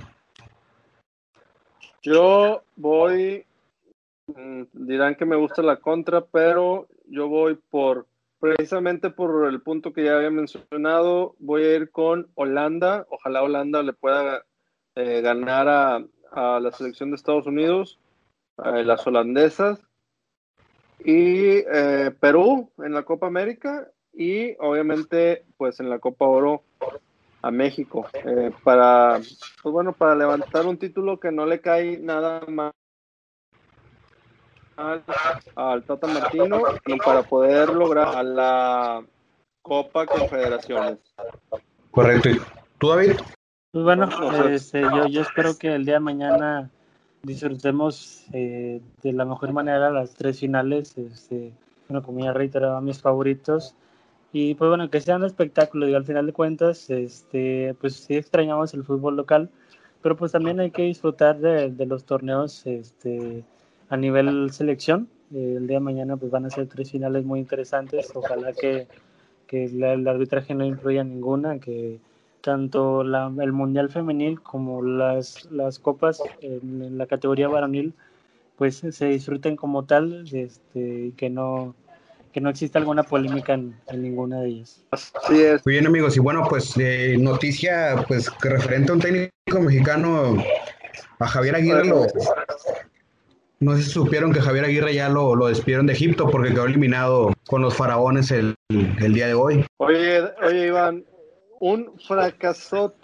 Yo voy, dirán que me gusta la contra, pero yo voy precisamente por el punto que ya había mencionado, voy a ir con Holanda. Ojalá Holanda le pueda ganar a la selección de Estados Unidos, las holandesas, y Perú en la Copa América, y obviamente pues en la Copa Oro a México, para levantar un título que no le cae nada más al Tata Martino, y para poder lograr a la Copa Confederaciones. Correcto. ¿Y tú, David? Pues bueno, yo espero que el día de mañana disfrutemos de la mejor manera las 3 finales. Como ya reiteraba, mis favoritos. Y pues bueno, que sea un espectáculo, y al final de cuentas, pues sí extrañamos el fútbol local, pero pues también hay que disfrutar de los torneos a nivel selección. El día de mañana pues van a ser 3 finales muy interesantes. Ojalá que el arbitraje no influya en ninguna, que tanto el Mundial Femenil como las copas en la categoría varonil pues se disfruten como tal, y que no exista alguna polémica en ninguna de ellas. Así es. Muy bien, amigos, y bueno, pues noticia pues que referente a un técnico mexicano, a Javier Aguirre, no sé si supieron que Javier Aguirre ya lo despidieron de Egipto porque quedó eliminado con los faraones el día de hoy. Oye, Iván, un fracaso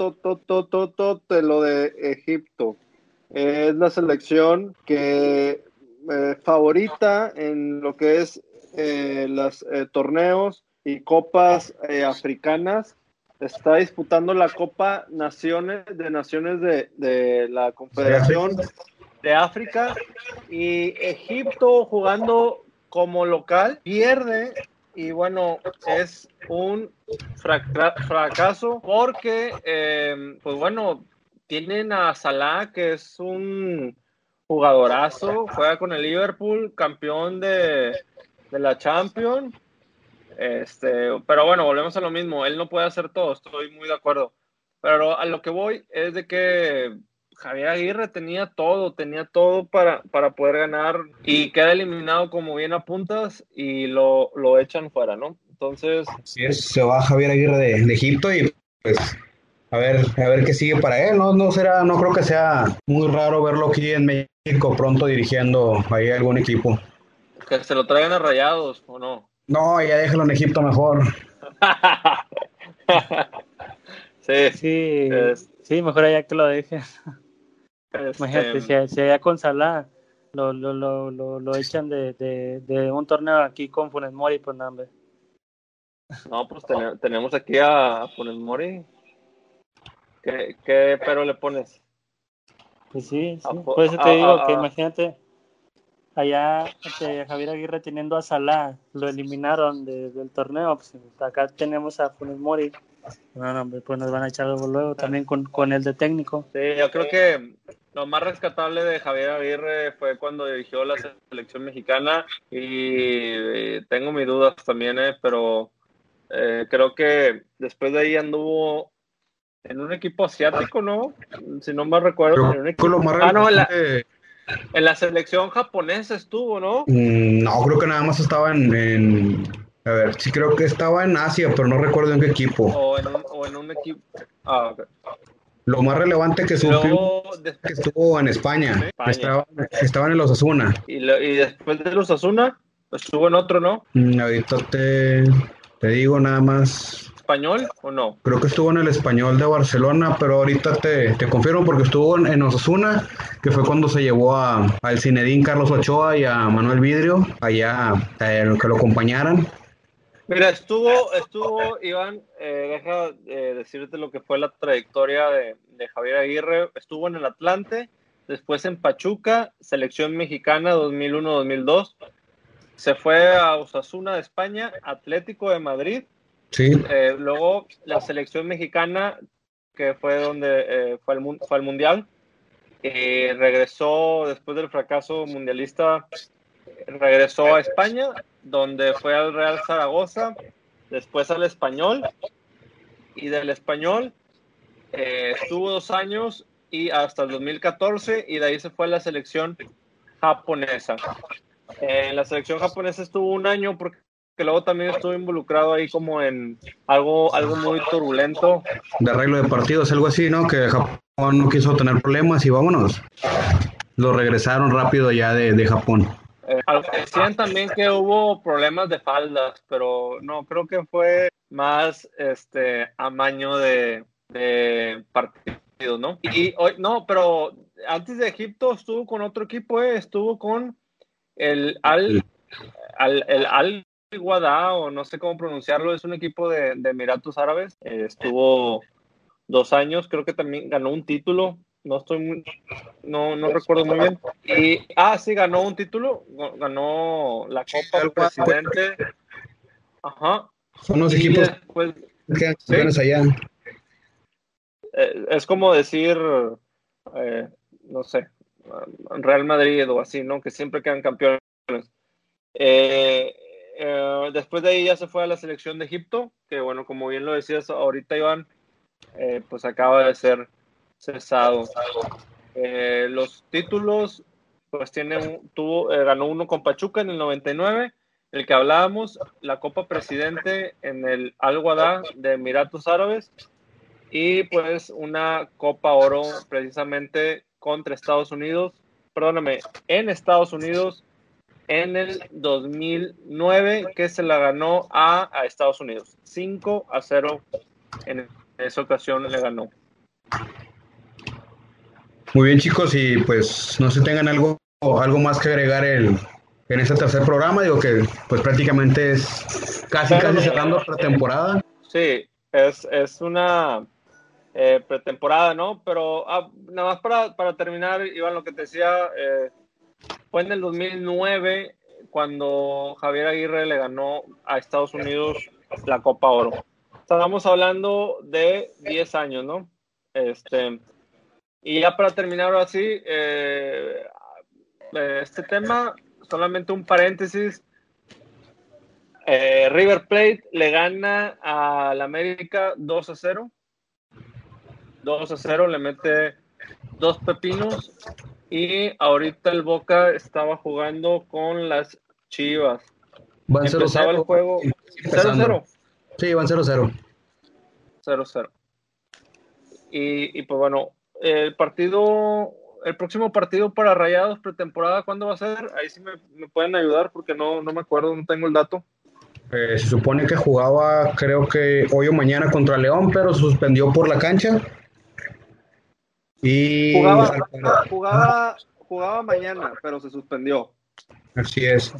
de lo de Egipto. Es la selección que favorita en lo que es los torneos y copas africanas. Está disputando la Copa Naciones de la Confederación de África, y Egipto, jugando como local, pierde. Y bueno, es un fracaso porque pues bueno, tienen a Salah, que es un jugadorazo, juega con el Liverpool, campeón de la Champions. Pero bueno, volvemos a lo mismo, él no puede hacer todo, estoy muy de acuerdo. Pero a lo que voy es de que Javier Aguirre tenía todo para poder ganar, y queda eliminado, como bien apuntas, y lo echan fuera, ¿no? Entonces, sí, se va Javier Aguirre de Egipto, y pues a ver qué sigue para él. No creo que sea muy raro verlo aquí en México pronto dirigiendo ahí algún equipo. Que se lo traigan a Rayados, ¿o no? No, ya déjalo en Egipto mejor. Sí, mejor allá que lo deje. Imagínate, si allá con Salah lo echan de un torneo aquí con Funes Mori, pues nada, hombre. No, pues tenemos aquí a Funes Mori. ¿Qué pero le pones? Pues sí. Por eso te digo que imagínate, allá Javier Aguirre teniendo a Salah, lo eliminaron del torneo, pues acá tenemos a Funes Mori. Bueno, hombre, pues nos van a echar luego también con el de técnico. Sí, yo creo que lo más rescatable de Javier Aguirre fue cuando dirigió la selección mexicana, y tengo mis dudas también, pero creo que después de ahí anduvo en un equipo asiático, ¿no? Si no me recuerdo. En la selección japonesa estuvo, ¿no? No, creo que nada más estaba a ver, sí creo que estaba en Asia, pero no recuerdo en qué equipo. O en un equipo. Okay. Lo más relevante que que estuvo en España. Estaba en el Osasuna. Y después de los Osasuna, estuvo en otro, ¿no? Ahorita te digo nada más. Español o no? Creo que estuvo en el Español de Barcelona, pero ahorita te confirmo porque estuvo en Osasuna, que fue cuando se llevó al Zinedine Carlos Ochoa y a Manuel Vidrio, allá que lo acompañaran. Mira, estuvo Iván, deja decirte lo que fue la trayectoria de Javier Aguirre. Estuvo en el Atlante, después en Pachuca, selección mexicana 2001-2002. Se fue a Osasuna de España, Atlético de Madrid. Sí. Luego la selección mexicana, que fue donde fue al Mundial. Regresó después del fracaso mundialista, regresó a España, donde fue al Real Zaragoza, después al Español, y del Español estuvo 2 años y hasta el 2014, y de ahí se fue a la selección japonesa. En la selección japonesa estuvo 1 año porque luego también estuvo involucrado ahí como en algo muy turbulento. De arreglo de partidos, algo así, ¿no? Que Japón no quiso tener problemas y vámonos. Lo regresaron rápido ya de Japón. Decían también que hubo problemas de faldas, pero no, creo que fue más amaño de partidos, ¿no? Y hoy, no, pero antes de Egipto estuvo con otro equipo, estuvo con el Al-Wada, o no sé cómo pronunciarlo, es un equipo de Emiratos Árabes. Estuvo 2 años, creo que también ganó un título. No recuerdo muy bien. Y sí, ganó un título, ganó la Copa Presidente. Ajá. Son los equipos después, que quedan allá. Es como decir, no sé, Real Madrid o así, ¿no? Que siempre quedan campeones. Después de ahí ya se fue a la selección de Egipto, que bueno, como bien lo decías ahorita, Iván, pues acaba de ser cesado. Los títulos, pues ganó uno con Pachuca en el 99, el que hablábamos, la Copa Presidente en el Al-Wada de Emiratos Árabes, y pues una Copa Oro precisamente contra Estados Unidos, en Estados Unidos en el 2009, que se la ganó a Estados Unidos, 5-0 en esa ocasión le ganó. Muy bien, chicos, y pues no sé si tengan algo más que agregar en este tercer programa. Digo que pues prácticamente es casi cerrando pretemporada. Sí, es una pretemporada, ¿no? Pero nada más para terminar, Iván, lo que te decía, fue en el 2009 cuando Javier Aguirre le ganó a Estados Unidos la Copa Oro. Estábamos hablando de 10 años, ¿no? Y ya para terminar ahora sí, este tema, solamente un paréntesis. River Plate le gana al América 2-0. 2-0, le mete 2 pepinos. Y ahorita el Boca estaba jugando con las Chivas. Van Empezaba 0-0. el juego 0-0. Sí, van 0-0. 0-0. Y pues bueno, el próximo partido para Rayados pretemporada, ¿cuándo va a ser? Ahí sí me pueden ayudar porque no me acuerdo, no tengo el dato. Se supone que jugaba, creo que hoy o mañana contra León, pero se suspendió por la cancha. Y jugaba mañana, pero se suspendió. Así es.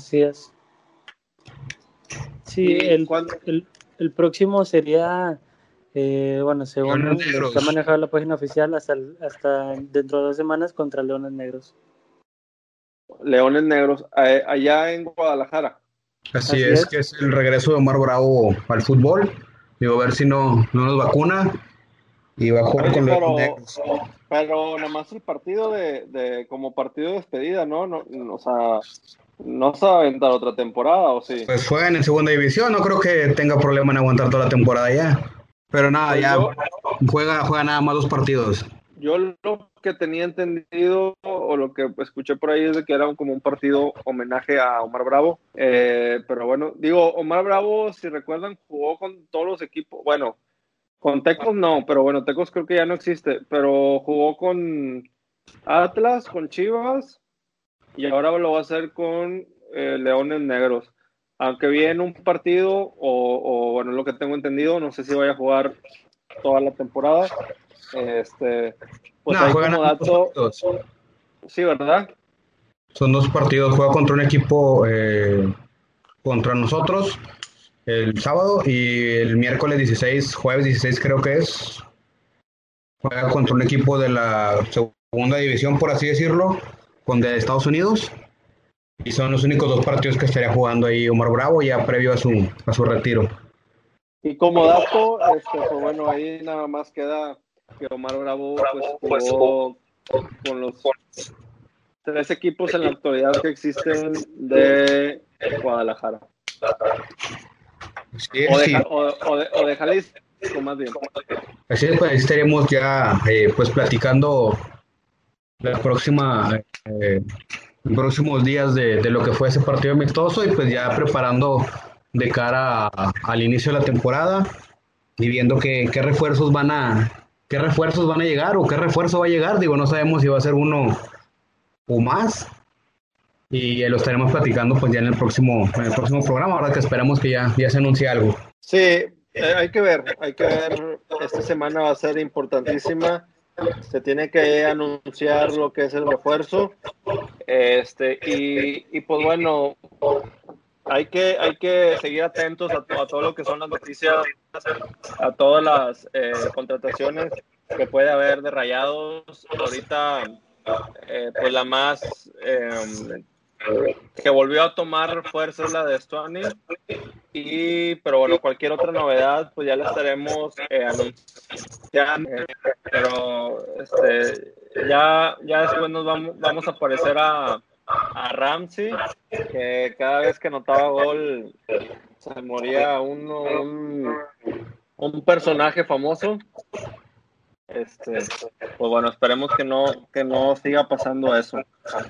Sí, el próximo sería, bueno, según está manejado la página oficial, hasta dentro de 2 semanas contra Leones Negros. Leones Negros, allá en Guadalajara. Así es, que es el regreso de Omar Bravo al fútbol. Digo, a ver si no nos vacuna y va a jugar con Leones Negros. Pero nada más el partido como partido de despedida, ¿no? O sea, no se va a aventar otra temporada, ¿o sí? Pues juegan en segunda división, no creo que tenga problema en aguantar toda la temporada ya. Pero nada, pues ya juega nada más 2 partidos. Yo lo que tenía entendido o lo que escuché por ahí es de que era como un partido homenaje a Omar Bravo. Pero bueno, digo, Omar Bravo, si recuerdan, jugó con todos los equipos. Bueno, con Tecos no, pero bueno, Tecos creo que ya no existe. Pero jugó con Atlas, con Chivas y ahora lo va a hacer con Leones Negros. aunque viene un partido, o bueno, lo que tengo entendido, no sé si vaya a jugar toda la temporada. Pues ahí como dato, sí, ¿verdad? Son 2 partidos, juega contra un equipo contra nosotros el sábado y el miércoles 16, jueves 16 creo que es, juega contra un equipo de la segunda división, por así decirlo, de Estados Unidos. Y son los únicos 2 partidos que estaría jugando ahí Omar Bravo ya previo a su retiro. Y como dato, pues bueno, ahí nada más queda que Omar Bravo pues jugó con los 3 equipos en la actualidad que existen de Guadalajara. Sí, o de Jalisco, más bien. Así es, pues estaremos ya pues platicando la próxima próximos días de lo que fue ese partido amistoso y pues ya preparando de cara al inicio de la temporada y viendo qué refuerzos van a llegar o qué refuerzo va a llegar. Digo, no sabemos si va a ser uno o más y lo estaremos platicando pues ya en el próximo programa, ahora que esperamos que ya se anuncie algo. Sí, hay que ver, esta semana va a ser importantísima. Se tiene que anunciar lo que es el refuerzo. Y pues bueno, hay que seguir atentos a todo lo que son las noticias, a todas las contrataciones que puede haber de Rayados. Ahorita, pues la más que volvió a tomar fuerza es la de Stuani. Pero bueno, cualquier otra novedad, pues ya la estaremos anunciando. Pero ya después nos vamos a parecer a Ramsey, que cada vez que anotaba gol se moría un personaje famoso. Pues bueno, esperemos que no siga pasando eso.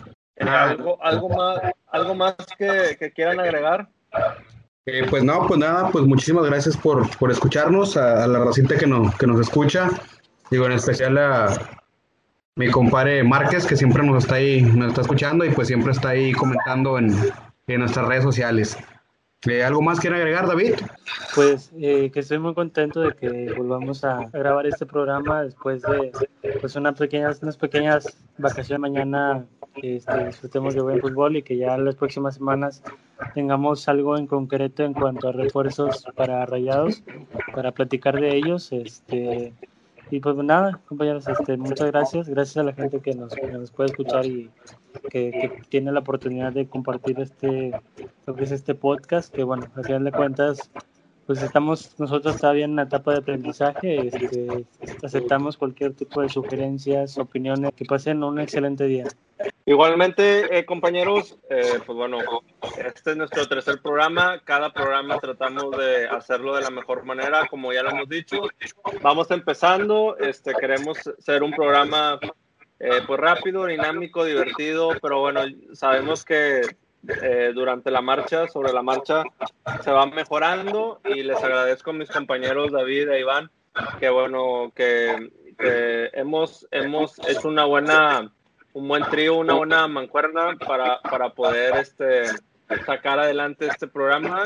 ¿Algo más que quieran agregar? Pues no, pues nada, pues muchísimas gracias por escucharnos, a la racita que nos escucha, digo, en especial a mi compadre Márquez, que siempre nos está escuchando y pues siempre está ahí comentando en nuestras redes sociales. ¿Algo más quiere agregar, David? Pues que estoy muy contento de que volvamos a grabar este programa después de pues unas pequeñas vacaciones. Mañana disfrutemos de buen fútbol y que ya en las próximas semanas tengamos algo en concreto en cuanto a refuerzos para Rayados, para platicar de ellos. Y pues nada, compañeros, muchas gracias a la gente que nos puede escuchar y que tiene la oportunidad de compartir lo que es este podcast, que bueno, al final de cuentas, pues estamos nosotros todavía en una etapa de aprendizaje, aceptamos cualquier tipo de sugerencias, opiniones, que pasen un excelente día. Igualmente, compañeros, pues bueno, este es nuestro tercer programa. Cada programa tratamos de hacerlo de la mejor manera, como ya lo hemos dicho. Vamos empezando, queremos ser un programa pues rápido, dinámico, divertido, pero bueno, sabemos que sobre la marcha, se va mejorando y les agradezco a mis compañeros David e Iván, que bueno, que hemos hecho un buen trío, una buena mancuerna para poder sacar adelante este programa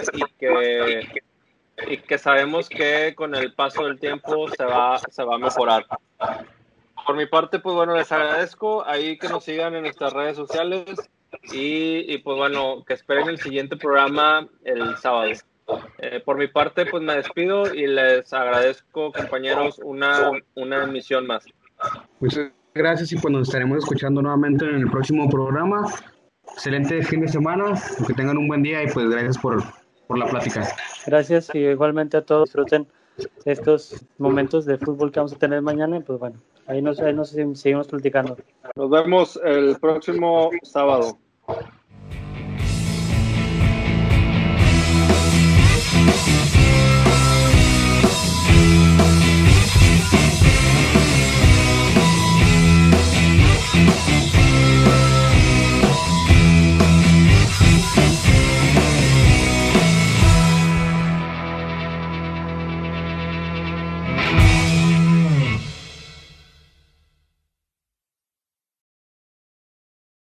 y que sabemos que con el paso del tiempo se va a mejorar. Por mi parte, pues bueno, les agradezco ahí que nos sigan en nuestras redes sociales y pues bueno, que esperen el siguiente programa el sábado. Por mi parte, pues me despido y les agradezco, compañeros, una emisión más. Muchas gracias y pues nos estaremos escuchando nuevamente en el próximo programa. Excelente fin de semana, que tengan un buen día y pues gracias por la plática. Gracias y igualmente a todos, disfruten estos momentos de fútbol que vamos a tener mañana y pues bueno, ahí nos seguimos platicando. Nos vemos el próximo sábado.